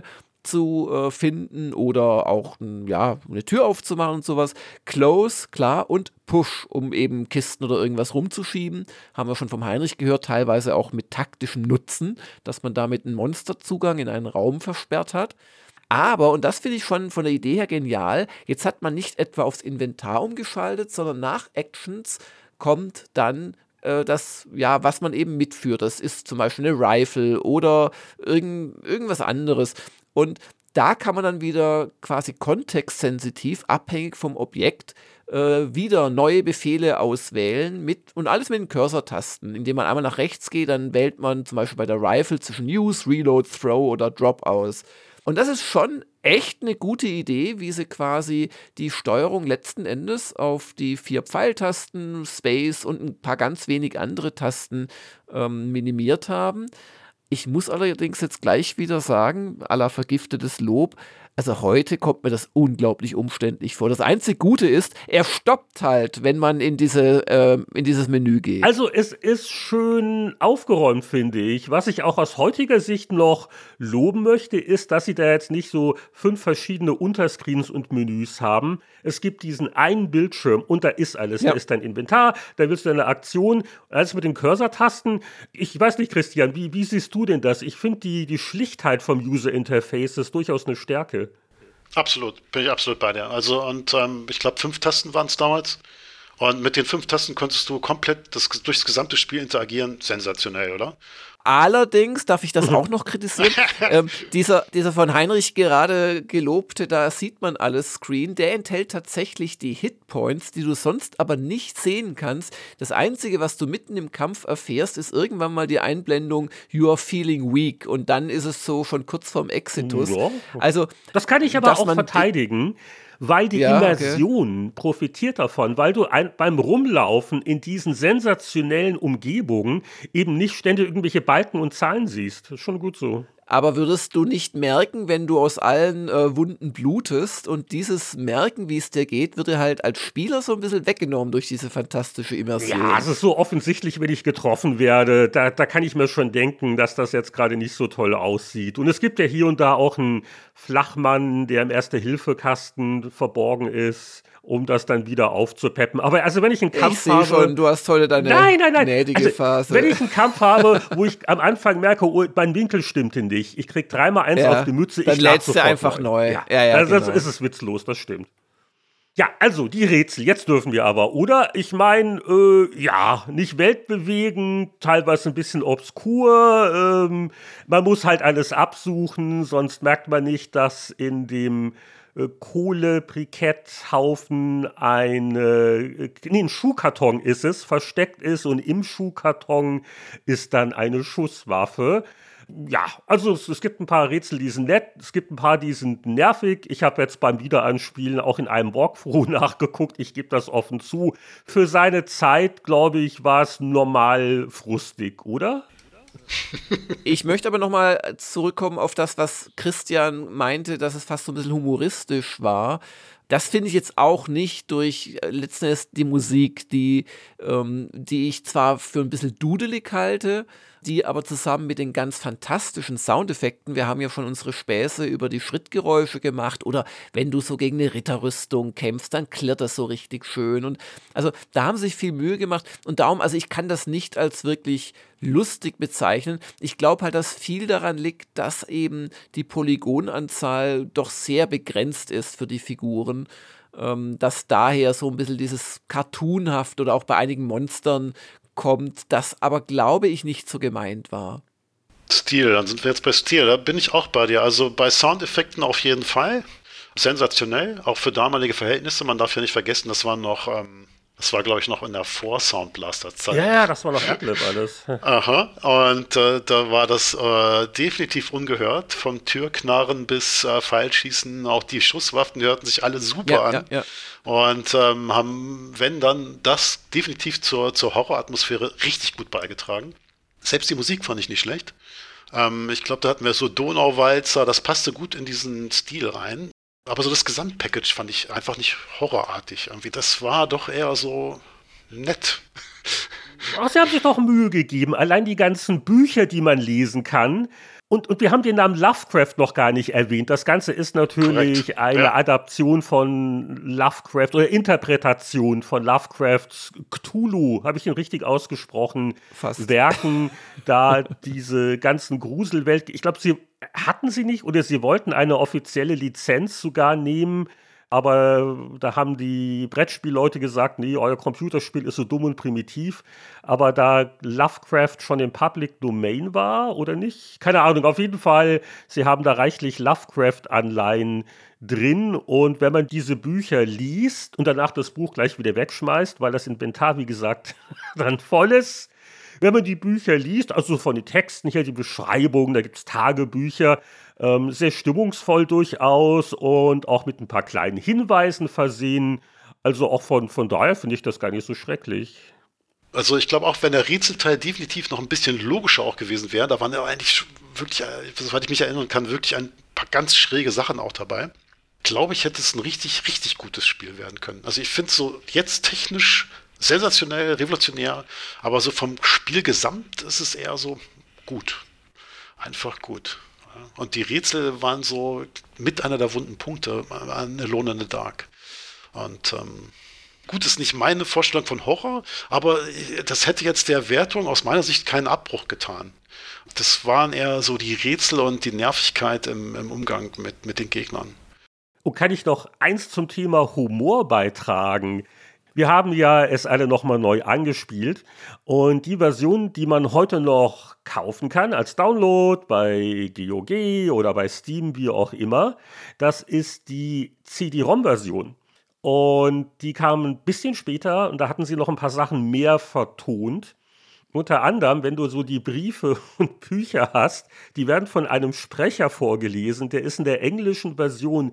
zu finden oder auch eine Tür aufzumachen und sowas. Close, klar, und Push, um eben Kisten oder irgendwas rumzuschieben. Haben wir schon vom Heinrich gehört, teilweise auch mit taktischem Nutzen, dass man damit einen Monsterzugang in einen Raum versperrt hat. Aber, und das finde ich schon von der Idee her genial, jetzt hat man nicht etwa aufs Inventar umgeschaltet, sondern nach Actions kommt dann das, ja, was man eben mitführt. Das ist zum Beispiel eine Rifle oder irgendwas anderes. Und da kann man dann wieder quasi kontextsensitiv, abhängig vom Objekt, wieder neue Befehle auswählen und alles mit den Cursor-Tasten. Indem man einmal nach rechts geht, dann wählt man zum Beispiel bei der Rifle zwischen Use, Reload, Throw oder Drop aus. Und das ist schon echt eine gute Idee, wie sie quasi die Steuerung letzten Endes auf die 4 Pfeiltasten, Space und ein paar ganz wenig andere Tasten minimiert haben. Ich muss allerdings jetzt gleich wieder sagen, à la vergiftetes Lob, also heute kommt mir das unglaublich umständlich vor. Das einzige Gute ist, er stoppt halt, wenn man in dieses Menü geht. Also es ist schön aufgeräumt, finde ich. Was ich auch aus heutiger Sicht noch loben möchte, ist, dass sie da jetzt nicht so 5 verschiedene Unterscreens und Menüs haben. Es gibt diesen einen Bildschirm und da ist alles. Ja. Da ist dein Inventar, da willst du deine Aktion, alles mit den Cursor-Tasten. Ich weiß nicht, Christian, wie siehst du denn das? Ich finde die Schlichtheit vom User-Interface ist durchaus eine Stärke. Absolut, bin ich absolut bei dir. Also und ich glaube 5 Tasten waren es damals. Und mit den 5 Tasten konntest du komplett durchs gesamte Spiel interagieren. Sensationell, oder? Allerdings darf ich das auch noch kritisieren. Dieser von Heinrich gerade gelobte, da sieht man alles Screen, der enthält tatsächlich die Hitpoints, die du sonst aber nicht sehen kannst. Das Einzige, was du mitten im Kampf erfährst, ist irgendwann mal die Einblendung You are feeling weak und dann ist es so schon kurz vorm Exitus. Ja. Also, das kann ich aber auch verteidigen. Weil die Immersion profitiert davon, weil du beim Rumlaufen in diesen sensationellen Umgebungen eben nicht ständig irgendwelche Balken und Zahlen siehst. Das ist schon gut so. Aber würdest du nicht merken, wenn du aus allen Wunden blutest und dieses Merken, wie es dir geht, wird dir halt als Spieler so ein bisschen weggenommen durch diese fantastische Immersion? Ja, es ist so offensichtlich, wenn ich getroffen werde, da kann ich mir schon denken, dass das jetzt gerade nicht so toll aussieht. Und es gibt ja hier und da auch einen Flachmann, der im Erste-Hilfe-Kasten verborgen ist, um das dann wieder aufzupeppen. Aber also wenn ich einen Kampf habe... Ich sehe schon, du hast heute deine gnädige Phase. Wenn ich einen Kampf habe, wo ich am Anfang merke, oh, mein Winkel stimmte nicht, ich krieg 3x1 auf die Mütze, dann lädst du einfach neu. Ja, also genau. Das ist witzlos, das stimmt. Ja, also die Rätsel, jetzt dürfen wir aber, oder? Ich meine, nicht weltbewegend, teilweise ein bisschen obskur, man muss halt alles absuchen, sonst merkt man nicht, dass in dem Kohlebriketthaufen ein Schuhkarton ist es, versteckt ist und im Schuhkarton ist dann eine Schusswaffe. Ja, also es gibt ein paar Rätsel, die sind nett, es gibt ein paar, die sind nervig. Ich habe jetzt beim Wiederanspielen auch in einem Walkthrough nachgeguckt, ich gebe das offen zu. Für seine Zeit, glaube ich, war es normal frustig, oder? Ich möchte aber nochmal zurückkommen auf das, was Christian meinte, dass es fast so ein bisschen humoristisch war. Das finde ich jetzt auch nicht durch letzten Endes die Musik, die ich zwar für ein bisschen dudelig halte, die aber zusammen mit den ganz fantastischen Soundeffekten, wir haben ja schon unsere Späße über die Schrittgeräusche gemacht oder wenn du so gegen eine Ritterrüstung kämpfst, dann klirrt das so richtig schön und also da haben sie sich viel Mühe gemacht und darum, also ich kann das nicht als wirklich lustig bezeichnen. Ich glaube halt, dass viel daran liegt, dass eben die Polygonanzahl doch sehr begrenzt ist für die Figuren, dass daher so ein bisschen dieses Cartoonhaft oder auch bei einigen Monstern kommt, das aber, glaube ich, nicht so gemeint war. Stil, dann sind wir jetzt bei Stil, da bin ich auch bei dir. Also bei Soundeffekten auf jeden Fall. sensationell, auch für damalige Verhältnisse. Man darf ja nicht vergessen, das war glaube ich noch in der Vor-Sound Blaster-Zeit. Ja, das war noch Adlib alles. Aha, und da war das definitiv ungehört. Vom Türknarren bis Pfeilschießen, auch die Schusswaffen, die hörten sich alle super an. Ja. Und haben, wenn dann, das definitiv zur Horroratmosphäre richtig gut beigetragen. Selbst die Musik fand ich nicht schlecht. Ich glaube, da hatten wir so Donauwalzer, das passte gut in diesen Stil rein. Aber so das Gesamtpackage fand ich einfach nicht horrorartig. Irgendwie, das war doch eher so nett. Ach, sie haben sich doch Mühe gegeben. Allein die ganzen Bücher, die man lesen kann. Und wir haben den Namen Lovecraft noch gar nicht erwähnt. Das Ganze ist natürlich eine Adaption von Lovecraft oder Interpretation von Lovecrafts Cthulhu, habe ich ihn richtig ausgesprochen, Fast. Werken, da diese ganzen Gruselwelt. Ich glaube, sie nicht oder sie wollten eine offizielle Lizenz sogar nehmen. Aber da haben die Brettspielleute gesagt, nee, euer Computerspiel ist so dumm und primitiv. Aber da Lovecraft schon im Public Domain war, oder nicht? Keine Ahnung, auf jeden Fall, sie haben da reichlich Lovecraft-Anleihen drin. Und wenn man diese Bücher liest und danach das Buch gleich wieder wegschmeißt, weil das Inventar, wie gesagt, dann voll ist, wenn man die Bücher liest, also von den Texten her, die Beschreibungen, da gibt es Tagebücher, sehr stimmungsvoll durchaus und auch mit ein paar kleinen Hinweisen versehen. Also auch von daher finde ich das gar nicht so schrecklich. Also ich glaube auch, wenn der Rätselteil definitiv noch ein bisschen logischer auch gewesen wäre, da waren ja eigentlich wirklich, soweit ich mich erinnern kann, wirklich ein paar ganz schräge Sachen auch dabei. Glaube ich, hätte es ein richtig, richtig gutes Spiel werden können. Also ich finde es so jetzt technisch sensationell, revolutionär, aber so vom Spielgesamt ist es eher so gut. Einfach gut. Und die Rätsel waren so mit einer der wunden Punkte an Alone in the Dark. Und gut, ist nicht meine Vorstellung von Horror, aber das hätte jetzt der Wertung aus meiner Sicht keinen Abbruch getan. Das waren eher so die Rätsel und die Nervigkeit im Umgang mit den Gegnern. Und kann ich noch eins zum Thema Humor beitragen? Wir haben ja es alle nochmal neu angespielt und die Version, die man heute noch kaufen kann als Download bei GOG oder bei Steam, wie auch immer, das ist die CD-ROM-Version. Und die kam ein bisschen später und da hatten sie noch ein paar Sachen mehr vertont. Unter anderem, wenn du so die Briefe und Bücher hast, die werden von einem Sprecher vorgelesen, der ist in der englischen Version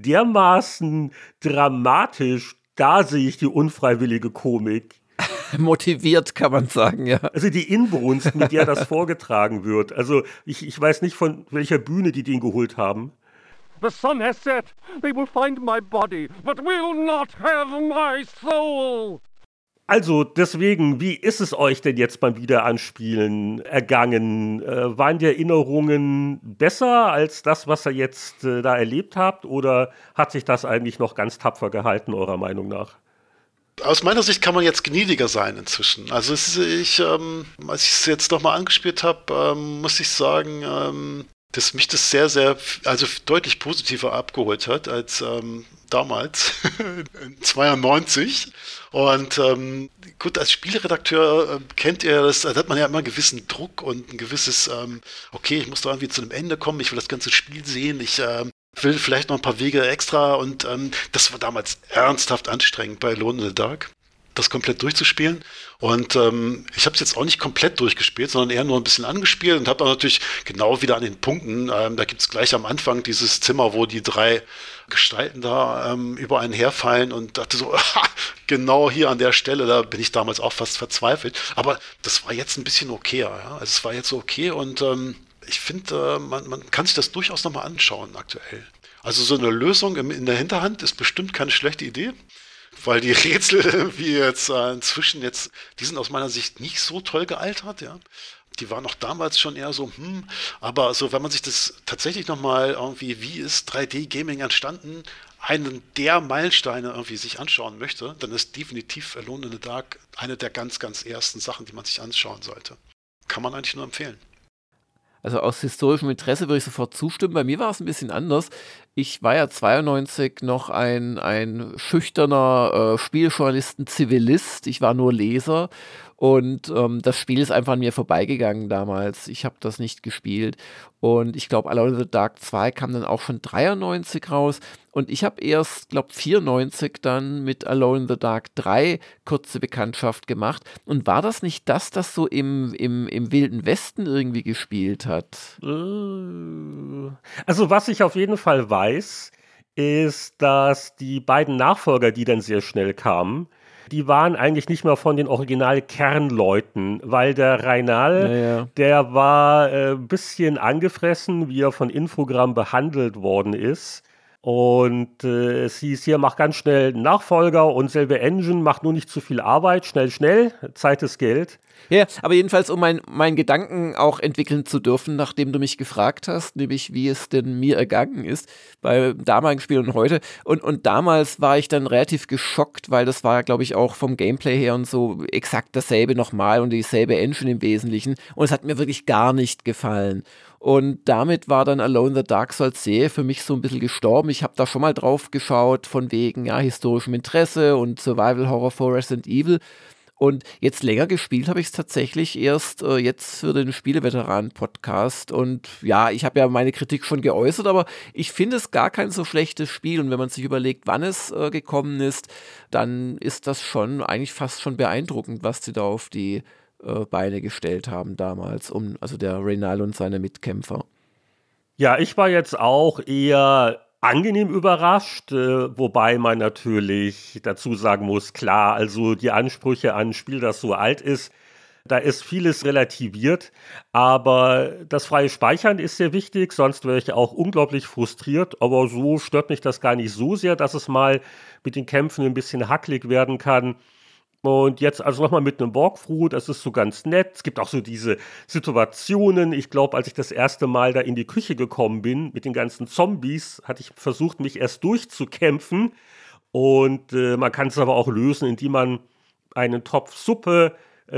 dermaßen dramatisch. Da sehe ich die unfreiwillige Komik. Motiviert, kann man sagen, ja. Also die Inbrunst, mit der das vorgetragen wird. Also ich weiß nicht, von welcher Bühne die den geholt haben. The sun has set. They will find my body, but will not have my soul. Also deswegen, wie ist es euch denn jetzt beim Wiederanspielen ergangen? Waren die Erinnerungen besser als das, was ihr jetzt da erlebt habt? Oder hat sich das eigentlich noch ganz tapfer gehalten, eurer Meinung nach? Aus meiner Sicht kann man jetzt gnädiger sein inzwischen. Also als ich es jetzt nochmal angespielt habe, muss ich sagen, dass mich das sehr, sehr, also deutlich positiver abgeholt hat als damals, 92. Und gut, als Spieleredakteur kennt ihr das, da hat man ja immer einen gewissen Druck und ein gewisses, okay, ich muss da irgendwie zu einem Ende kommen, ich will das ganze Spiel sehen, ich will vielleicht noch ein paar Wege extra und das war damals ernsthaft anstrengend bei Alone in the Dark, das komplett durchzuspielen. Und ich habe es jetzt auch nicht komplett durchgespielt, sondern eher nur ein bisschen angespielt und habe auch natürlich genau wieder an den Punkten, da gibt es gleich am Anfang dieses Zimmer, wo die drei Gestalten da über einen herfallen und dachte so, genau hier an der Stelle, da bin ich damals auch fast verzweifelt. Aber das war jetzt ein bisschen okayer, ja? Also es war jetzt so okay und ich finde, man kann sich das durchaus nochmal anschauen aktuell. Also so eine Lösung in der Hinterhand ist bestimmt keine schlechte Idee. Weil die Rätsel, wie jetzt inzwischen jetzt, die sind aus meiner Sicht nicht so toll gealtert, ja. Die waren auch damals schon eher so, aber so, wenn man sich das tatsächlich nochmal irgendwie, wie ist 3D-Gaming entstanden, einen der Meilensteine irgendwie sich anschauen möchte, dann ist definitiv Alone in the Dark eine der ganz, ganz ersten Sachen, die man sich anschauen sollte. Kann man eigentlich nur empfehlen. Also aus historischem Interesse würde ich sofort zustimmen. Bei mir war es ein bisschen anders. ich war ja 92 noch ein schüchterner Spieljournalisten-Zivilist. Ich war nur Leser und das Spiel ist einfach an mir vorbeigegangen damals. Ich habe das nicht gespielt und ich glaube, Alone in the Dark 2 kam dann auch schon 93 raus und ich habe erst, glaube 94 dann mit Alone in the Dark 3 kurze Bekanntschaft gemacht. Und war das nicht das so im Wilden Westen irgendwie gespielt hat? Also was ich auf jeden Fall weiß, ist, dass die beiden Nachfolger, die dann sehr schnell kamen, die waren eigentlich nicht mehr von den Original-Kernleuten, weil der Reinal, der war ein bisschen angefressen, wie er von Infogramm behandelt worden ist. Und es hieß hier, mach ganz schnell einen Nachfolger und selbe Engine, macht nur nicht zu viel Arbeit, schnell, Zeit ist Geld. Ja, aber jedenfalls, um meinen Gedanken auch entwickeln zu dürfen, nachdem du mich gefragt hast, nämlich wie es denn mir ergangen ist beim damaligen Spiel und heute. Und damals war ich dann relativ geschockt, weil das war, glaube ich, auch vom Gameplay her und so exakt dasselbe nochmal und dieselbe Engine im Wesentlichen. Und es hat mir wirklich gar nicht gefallen. Und damit war dann Alone in the Dark so als Serie für mich so ein bisschen gestorben. Ich habe da schon mal drauf geschaut, von wegen historischem Interesse und Survival Horror for Resident Evil. Und jetzt länger gespielt habe ich es tatsächlich erst jetzt für den Spieleveteranen-Podcast. Und ja, ich habe ja meine Kritik schon geäußert, aber ich finde es gar kein so schlechtes Spiel. Und wenn man sich überlegt, wann es gekommen ist, dann ist das schon eigentlich fast schon beeindruckend, was sie da auf die Beine gestellt haben damals, also der Reinal und seine Mitkämpfer. Ja, ich war jetzt auch eher angenehm überrascht, wobei man natürlich dazu sagen muss, klar, also die Ansprüche an ein Spiel, das so alt ist, da ist vieles relativiert, aber das freie Speichern ist sehr wichtig, sonst wäre ich auch unglaublich frustriert, aber so stört mich das gar nicht so sehr, dass es mal mit den Kämpfen ein bisschen hackelig werden kann. Und jetzt also nochmal mit einem Walkthrough, das ist so ganz nett. Es gibt auch so diese Situationen. Ich glaube, als ich das erste Mal da in die Küche gekommen bin mit den ganzen Zombies, hatte ich versucht, mich erst durchzukämpfen. Und man kann es aber auch lösen, indem man einen Topf Suppe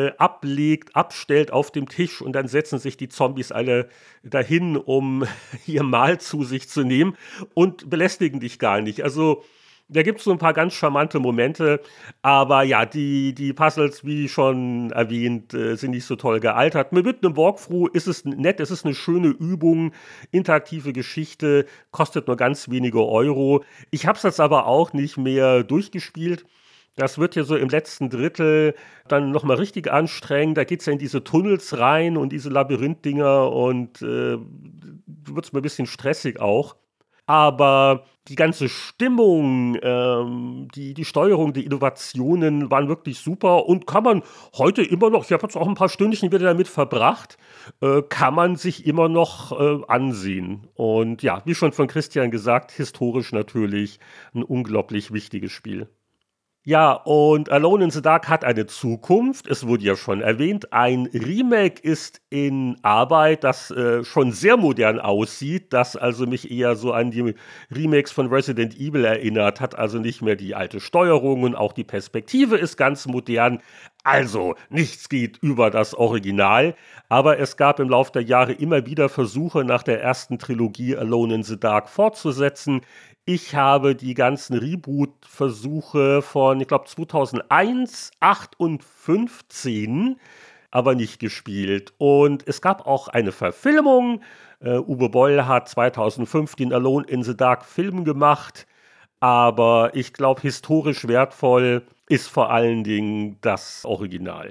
ablegt, abstellt auf dem Tisch und dann setzen sich die Zombies alle dahin, um ihr Mahl zu sich zu nehmen und belästigen dich gar nicht. Also da gibt es so ein paar ganz charmante Momente, aber ja, die Puzzles, wie schon erwähnt, sind nicht so toll gealtert. Mit einem Walkthrough ist es nett, es ist eine schöne Übung, interaktive Geschichte, kostet nur ganz wenige Euro. Ich habe es jetzt aber auch nicht mehr durchgespielt. Das wird ja so im letzten Drittel dann nochmal richtig anstrengend. Da geht es ja in diese Tunnels rein und diese Labyrinth-Dinger und wird es mir ein bisschen stressig auch. Aber die ganze Stimmung, die Steuerung, die Innovationen waren wirklich super und kann man heute immer noch, ich habe jetzt auch ein paar Stündchen wieder damit verbracht, kann man sich immer noch ansehen. Und ja, wie schon von Christian gesagt, historisch natürlich ein unglaublich wichtiges Spiel. Ja, und Alone in the Dark hat eine Zukunft. Es wurde ja schon erwähnt, ein Remake ist in Arbeit, das schon sehr modern aussieht, das also mich eher so an die Remakes von Resident Evil erinnert, hat also nicht mehr die alte Steuerung und auch die Perspektive ist ganz modern. Also, nichts geht über das Original, aber es gab im Laufe der Jahre immer wieder Versuche, nach der ersten Trilogie Alone in the Dark fortzusetzen. Ich habe die ganzen Reboot-Versuche von, ich glaube, 2001, 8 und 15 aber nicht gespielt. Und es gab auch eine Verfilmung. Uwe Boll hat 2005 den Alone in the Dark Film gemacht. Aber ich glaube, historisch wertvoll ist vor allen Dingen das Original.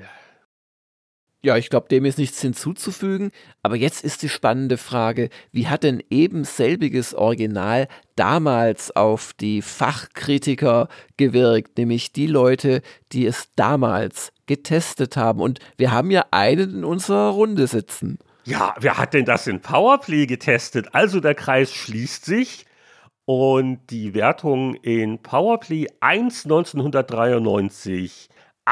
Ja, ich glaube, dem ist nichts hinzuzufügen. Aber jetzt ist die spannende Frage, wie hat denn eben selbiges Original damals auf die Fachkritiker gewirkt? Nämlich die Leute, die es damals getestet haben. Und wir haben ja einen in unserer Runde sitzen. Ja, wer hat denn das in Powerplay getestet? Also der Kreis schließt sich. Und die Wertung in Powerplay 1 1993,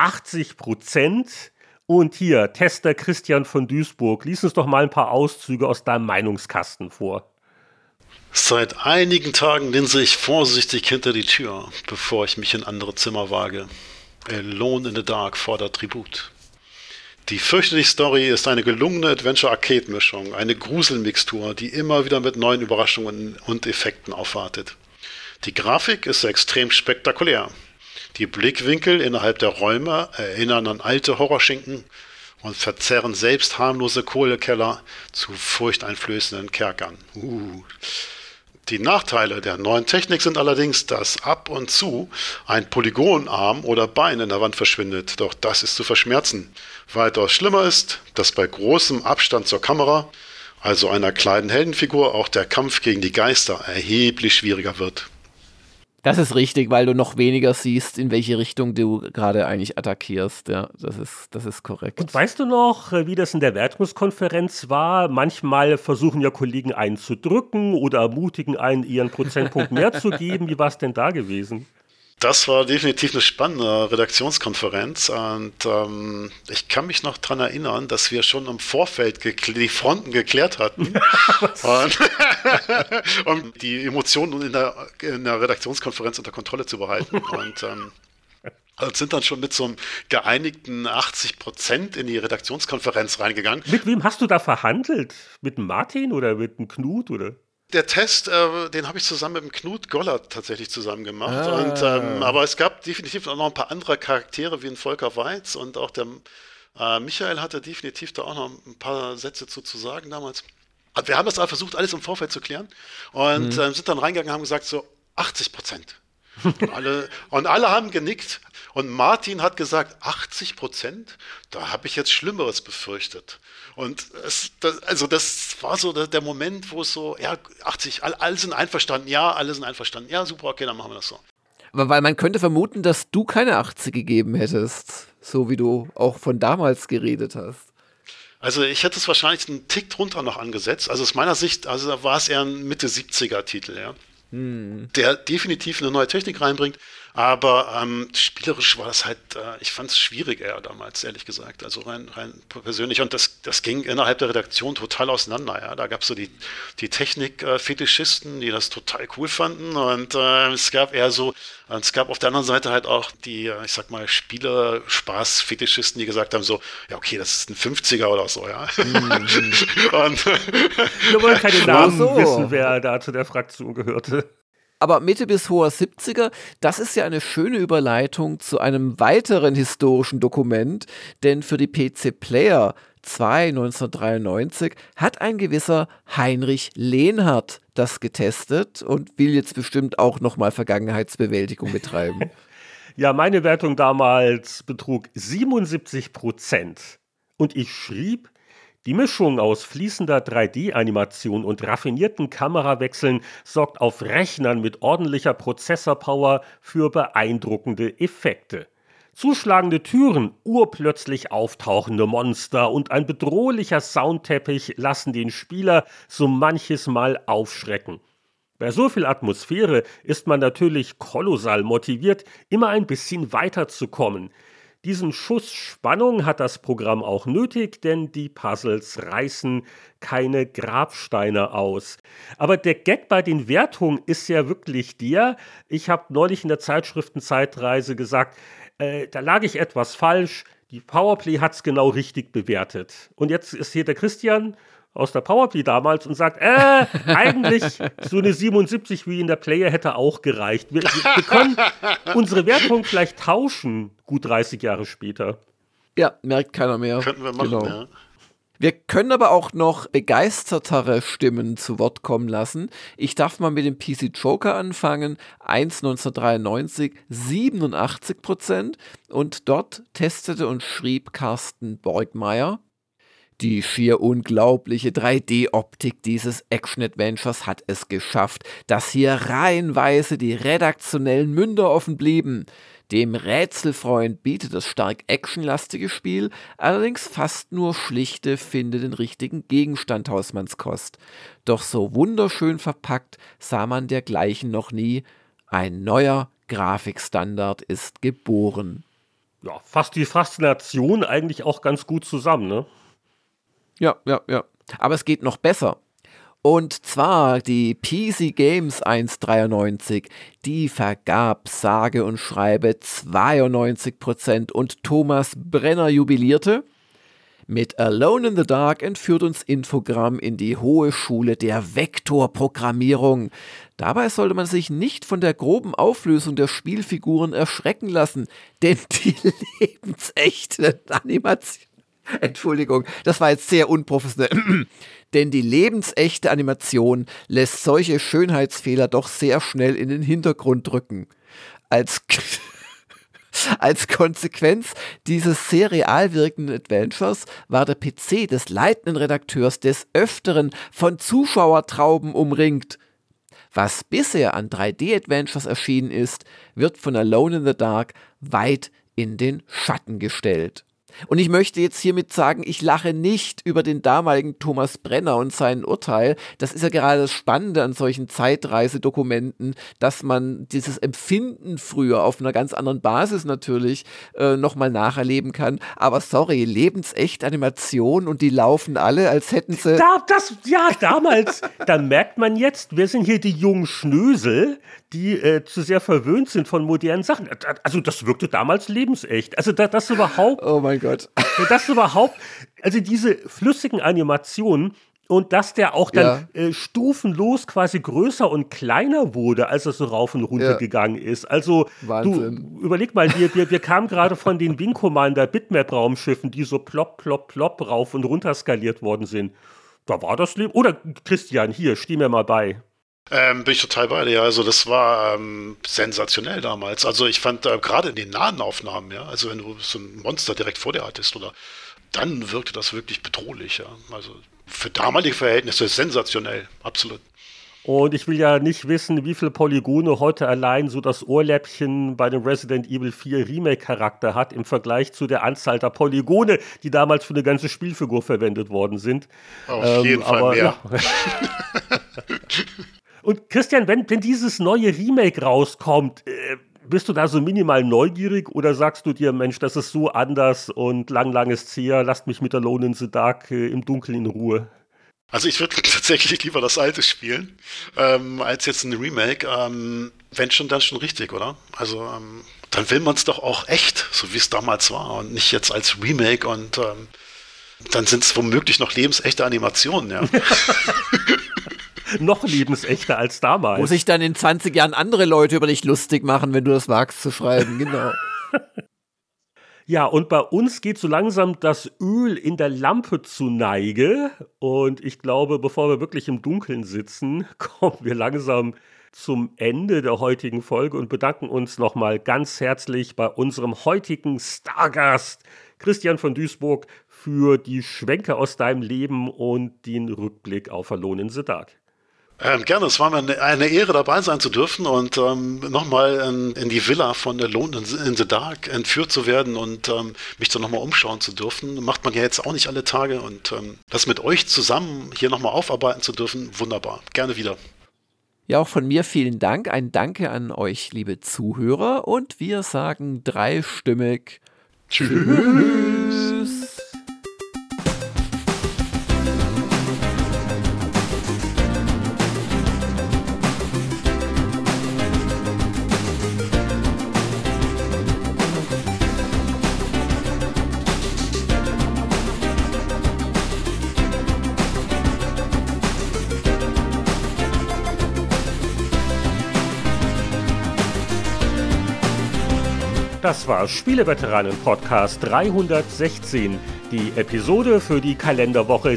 80%. Und hier, Tester Christian von Duisburg, lies uns doch mal ein paar Auszüge aus deinem Meinungskasten vor. Seit einigen Tagen linse ich vorsichtig hinter die Tür, bevor ich mich in andere Zimmer wage. Alone in the Dark fordert Tribut. Die fürchterliche Story ist eine gelungene Adventure-Arcade-Mischung, eine Gruselmixtur, die immer wieder mit neuen Überraschungen und Effekten aufwartet. Die Grafik ist extrem spektakulär. Die Blickwinkel innerhalb der Räume erinnern an alte Horrorschinken und verzerren selbst harmlose Kohlekeller zu furchteinflößenden Kerkern. Die Nachteile der neuen Technik sind allerdings, dass ab und zu ein Polygonarm oder Bein in der Wand verschwindet, doch das ist zu verschmerzen. Weitaus schlimmer ist, dass bei großem Abstand zur Kamera, also einer kleinen Heldenfigur, auch der Kampf gegen die Geister erheblich schwieriger wird. Das ist richtig, weil du noch weniger siehst, in welche Richtung du gerade eigentlich attackierst. Ja, das ist korrekt. Und weißt du noch, wie das in der Wertungskonferenz war? Manchmal versuchen ja Kollegen einen zu drücken oder ermutigen einen, ihren Prozentpunkt mehr zu geben. Wie war es denn da gewesen? Das war definitiv eine spannende Redaktionskonferenz und ich kann mich noch daran erinnern, dass wir schon im Vorfeld die Fronten geklärt hatten um die Emotionen in der Redaktionskonferenz unter Kontrolle zu behalten und sind dann schon mit so einem geeinigten 80% in die Redaktionskonferenz reingegangen. Mit wem hast du da verhandelt? Mit dem Martin oder mit dem Knut oder? Der Test, den habe ich zusammen mit dem Knut Gollert tatsächlich zusammen gemacht. Aber es gab definitiv auch noch ein paar andere Charaktere wie ein Volker Weiz und auch der Michael hatte definitiv da auch noch ein paar Sätze zu sagen damals. Wir haben das aber versucht, alles im Vorfeld zu klären und sind dann reingegangen und haben gesagt, so 80%. Und alle haben genickt und Martin hat gesagt, 80%? Da habe ich jetzt Schlimmeres befürchtet. Und das war so der Moment, wo es so, ja, 80, alle sind einverstanden, ja, super, okay, dann machen wir das so. Weil man könnte vermuten, dass du keine 80 gegeben hättest, so wie du auch von damals geredet hast. Also ich hätte es wahrscheinlich einen Tick drunter noch angesetzt. Also aus meiner Sicht, da war es eher ein Mitte-70er-Titel, ja. Der definitiv eine neue Technik reinbringt, aber spielerisch war das halt, ich fand es schwierig eher damals, ehrlich gesagt, also rein persönlich und das ging innerhalb der Redaktion total auseinander, ja, da gab es so die Technik-Fetischisten, die das total cool fanden und es gab auf der anderen Seite halt auch die, ich sag mal, Spielerspaß-Fetischisten, die gesagt haben so, ja okay, das ist ein 50er oder so, ja. Und wir wollen keine Namen wissen, wer da zu der Fraktion gehörte. Aber Mitte bis hoher 70er, das ist ja eine schöne Überleitung zu einem weiteren historischen Dokument, denn für die PC Player 2 1993 hat ein gewisser Heinrich Lehnhardt das getestet und will jetzt bestimmt auch nochmal Vergangenheitsbewältigung betreiben. Ja, meine Wertung damals betrug 77%. Und ich schrieb, die Mischung aus fließender 3D-Animation und raffinierten Kamerawechseln sorgt auf Rechnern mit ordentlicher Prozessorpower für beeindruckende Effekte. Zuschlagende Türen, urplötzlich auftauchende Monster und ein bedrohlicher Soundteppich lassen den Spieler so manches Mal aufschrecken. Bei so viel Atmosphäre ist man natürlich kolossal motiviert, immer ein bisschen weiterzukommen. Diesen Schuss Spannung hat das Programm auch nötig, denn die Puzzles reißen keine Grabsteine aus. Aber der Gag bei den Wertungen ist ja wirklich der, ich habe neulich in der Zeitschriften-Zeitreise gesagt, da lag ich etwas falsch, die Powerplay hat es genau richtig bewertet. Und jetzt ist hier der Christian aus der Powerplay damals und sagt, eigentlich so eine 77 wie in der Player hätte auch gereicht. Wir können unsere Wertung vielleicht tauschen, gut 30 Jahre später. Ja, merkt keiner mehr. Könnten wir machen, ja. Wir können aber auch noch begeistertere Stimmen zu Wort kommen lassen. Ich darf mal mit dem PC Joker anfangen. 1993, 87%. Und dort testete und schrieb Carsten Borgmeier. Die schier unglaubliche 3D-Optik dieses Action-Adventures hat es geschafft, dass hier reihenweise die redaktionellen Münder offen blieben. Dem Rätselfreund bietet das stark actionlastige Spiel allerdings fast nur schlichte Finde den richtigen Gegenstand Hausmannskost. Doch so wunderschön verpackt sah man dergleichen noch nie. Ein neuer Grafikstandard ist geboren. Ja, fasst die Faszination eigentlich auch ganz gut zusammen, ne? Ja. Aber es geht noch besser. Und zwar die PC Games 193, die vergab sage und schreibe 92% und Thomas Brenner jubilierte. Mit Alone in the Dark entführt uns Infogramm in die hohe Schule der Vektorprogrammierung. Dabei sollte man sich nicht von der groben Auflösung der Spielfiguren erschrecken lassen, denn die lebensechte Animation... Entschuldigung, das war jetzt sehr unprofessionell. Denn die lebensechte Animation lässt solche Schönheitsfehler doch sehr schnell in den Hintergrund rücken. Als Konsequenz dieses sehr real wirkenden Adventures war der PC des leitenden Redakteurs des Öfteren von Zuschauertrauben umringt. Was bisher an 3D-Adventures erschienen ist, wird von Alone in the Dark weit in den Schatten gestellt. Und ich möchte jetzt hiermit sagen, ich lache nicht über den damaligen Thomas Brenner und sein Urteil. Das ist ja gerade das Spannende an solchen Zeitreisedokumenten, dass man dieses Empfinden früher auf einer ganz anderen Basis natürlich nochmal nacherleben kann. Aber sorry, lebensechte Animation und die laufen alle, als hätten sie... Damals, da merkt man jetzt, wir sind hier die jungen Schnösel, die zu sehr verwöhnt sind von modernen Sachen. Also das wirkte damals lebensecht. Also das überhaupt... Oh mein Gott. Das überhaupt... Also diese flüssigen Animationen und dass der auch dann stufenlos quasi größer und kleiner wurde, als er so rauf und runter gegangen ist. Also Wahnsinn. Du überleg mal, wir kamen gerade von den Wing Commander Bitmap-Raumschiffen, die so plopp, plopp, plopp rauf und runter skaliert worden sind. Da war das Leben... Oder Christian, hier, steh mir mal bei. Bin ich total bei dir. Also das war sensationell damals. Also ich fand gerade in den nahen Aufnahmen, ja, also wenn du so ein Monster direkt vor dir hattest, dann wirkte das wirklich bedrohlich. Ja. Also für damalige Verhältnisse sensationell, absolut. Und ich will ja nicht wissen, wie viele Polygone heute allein so das Ohrläppchen bei dem Resident Evil 4 Remake-Charakter hat im Vergleich zu der Anzahl der Polygone, die damals für eine ganze Spielfigur verwendet worden sind. Auf jeden Fall mehr. Ja. Und Christian, wenn dieses neue Remake rauskommt, bist du da so minimal neugierig oder sagst du dir, Mensch, das ist so anders und lang ist her, lasst mich mit Alone in the Dark im Dunkeln in Ruhe? Also ich würde tatsächlich lieber das alte spielen, als jetzt ein Remake. Wenn schon, dann schon richtig, oder? Also dann will man es doch auch echt, so wie es damals war und nicht jetzt als Remake und dann sind es womöglich noch lebensechte Animationen, ja. Noch lebensechter als damals. Wo sich dann in 20 Jahren andere Leute über dich lustig machen, wenn du das wagst zu schreiben, genau. Ja, und bei uns geht so langsam das Öl in der Lampe zu Neige. Und ich glaube, bevor wir wirklich im Dunkeln sitzen, kommen wir langsam zum Ende der heutigen Folge und bedanken uns nochmal ganz herzlich bei unserem heutigen Stargast Christian von Duisburg für die Schwenke aus deinem Leben und den Rückblick auf Alone in the Dark. Gerne, es war mir eine Ehre, dabei sein zu dürfen und nochmal in die Villa von Alone in the Dark entführt zu werden und mich dann nochmal umschauen zu dürfen. Macht man ja jetzt auch nicht alle Tage und das mit euch zusammen hier nochmal aufarbeiten zu dürfen, wunderbar. Gerne wieder. Ja, auch von mir vielen Dank. Ein Danke an euch, liebe Zuhörer. Und wir sagen dreistimmig Tschüss. Das war Spieleveteranen-Podcast 316, die Episode für die Kalenderwoche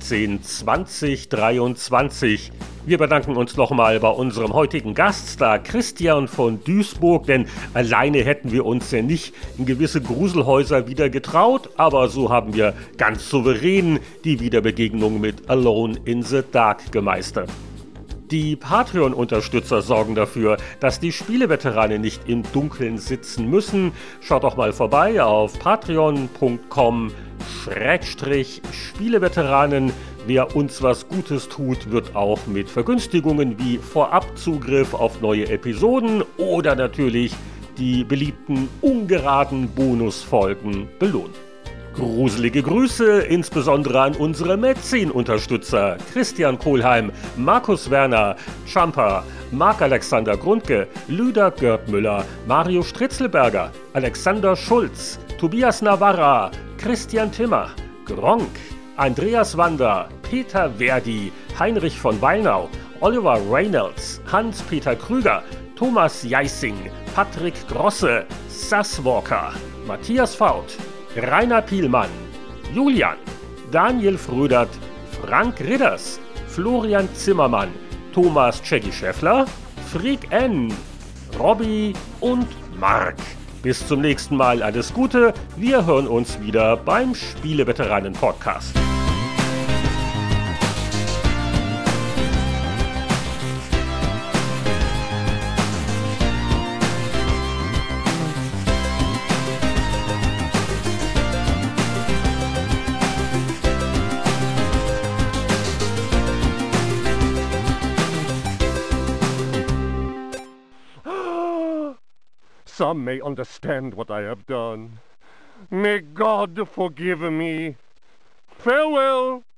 16/2023. Wir bedanken uns nochmal bei unserem heutigen Gaststar Christian von Duisburg, denn alleine hätten wir uns ja nicht in gewisse Gruselhäuser wieder getraut, aber so haben wir ganz souverän die Wiederbegegnung mit Alone in the Dark gemeistert. Die Patreon-Unterstützer sorgen dafür, dass die Spieleveteranen nicht im Dunkeln sitzen müssen. Schaut doch mal vorbei auf patreon.com/Spieleveteranen. Wer uns was Gutes tut, wird auch mit Vergünstigungen wie Vorabzugriff auf neue Episoden oder natürlich die beliebten ungeraden Bonusfolgen belohnt. Gruselige Grüße insbesondere an unsere Mäzen-Unterstützer Christian Kohlheim, Markus Werner, Champa, Marc-Alexander Grundke, Lüder Görtmüller, Mario Stritzelberger, Alexander Schulz, Tobias Navarra, Christian Timmer, Gronkh, Andreas Wander, Peter Verdi, Heinrich von Weinau, Oliver Reynolds, Hans-Peter Krüger, Thomas Jeissing, Patrick Grosse, Sasswalker, Matthias Faut, Rainer Pielmann, Julian, Daniel Frödert, Frank Ridders, Florian Zimmermann, Thomas Cheggy Schäffler, Freak N, Robby und Mark. Bis zum nächsten Mal alles Gute. Wir hören uns wieder beim Spieleveteranen-Podcast. Some may understand what I have done. May God forgive me. Farewell.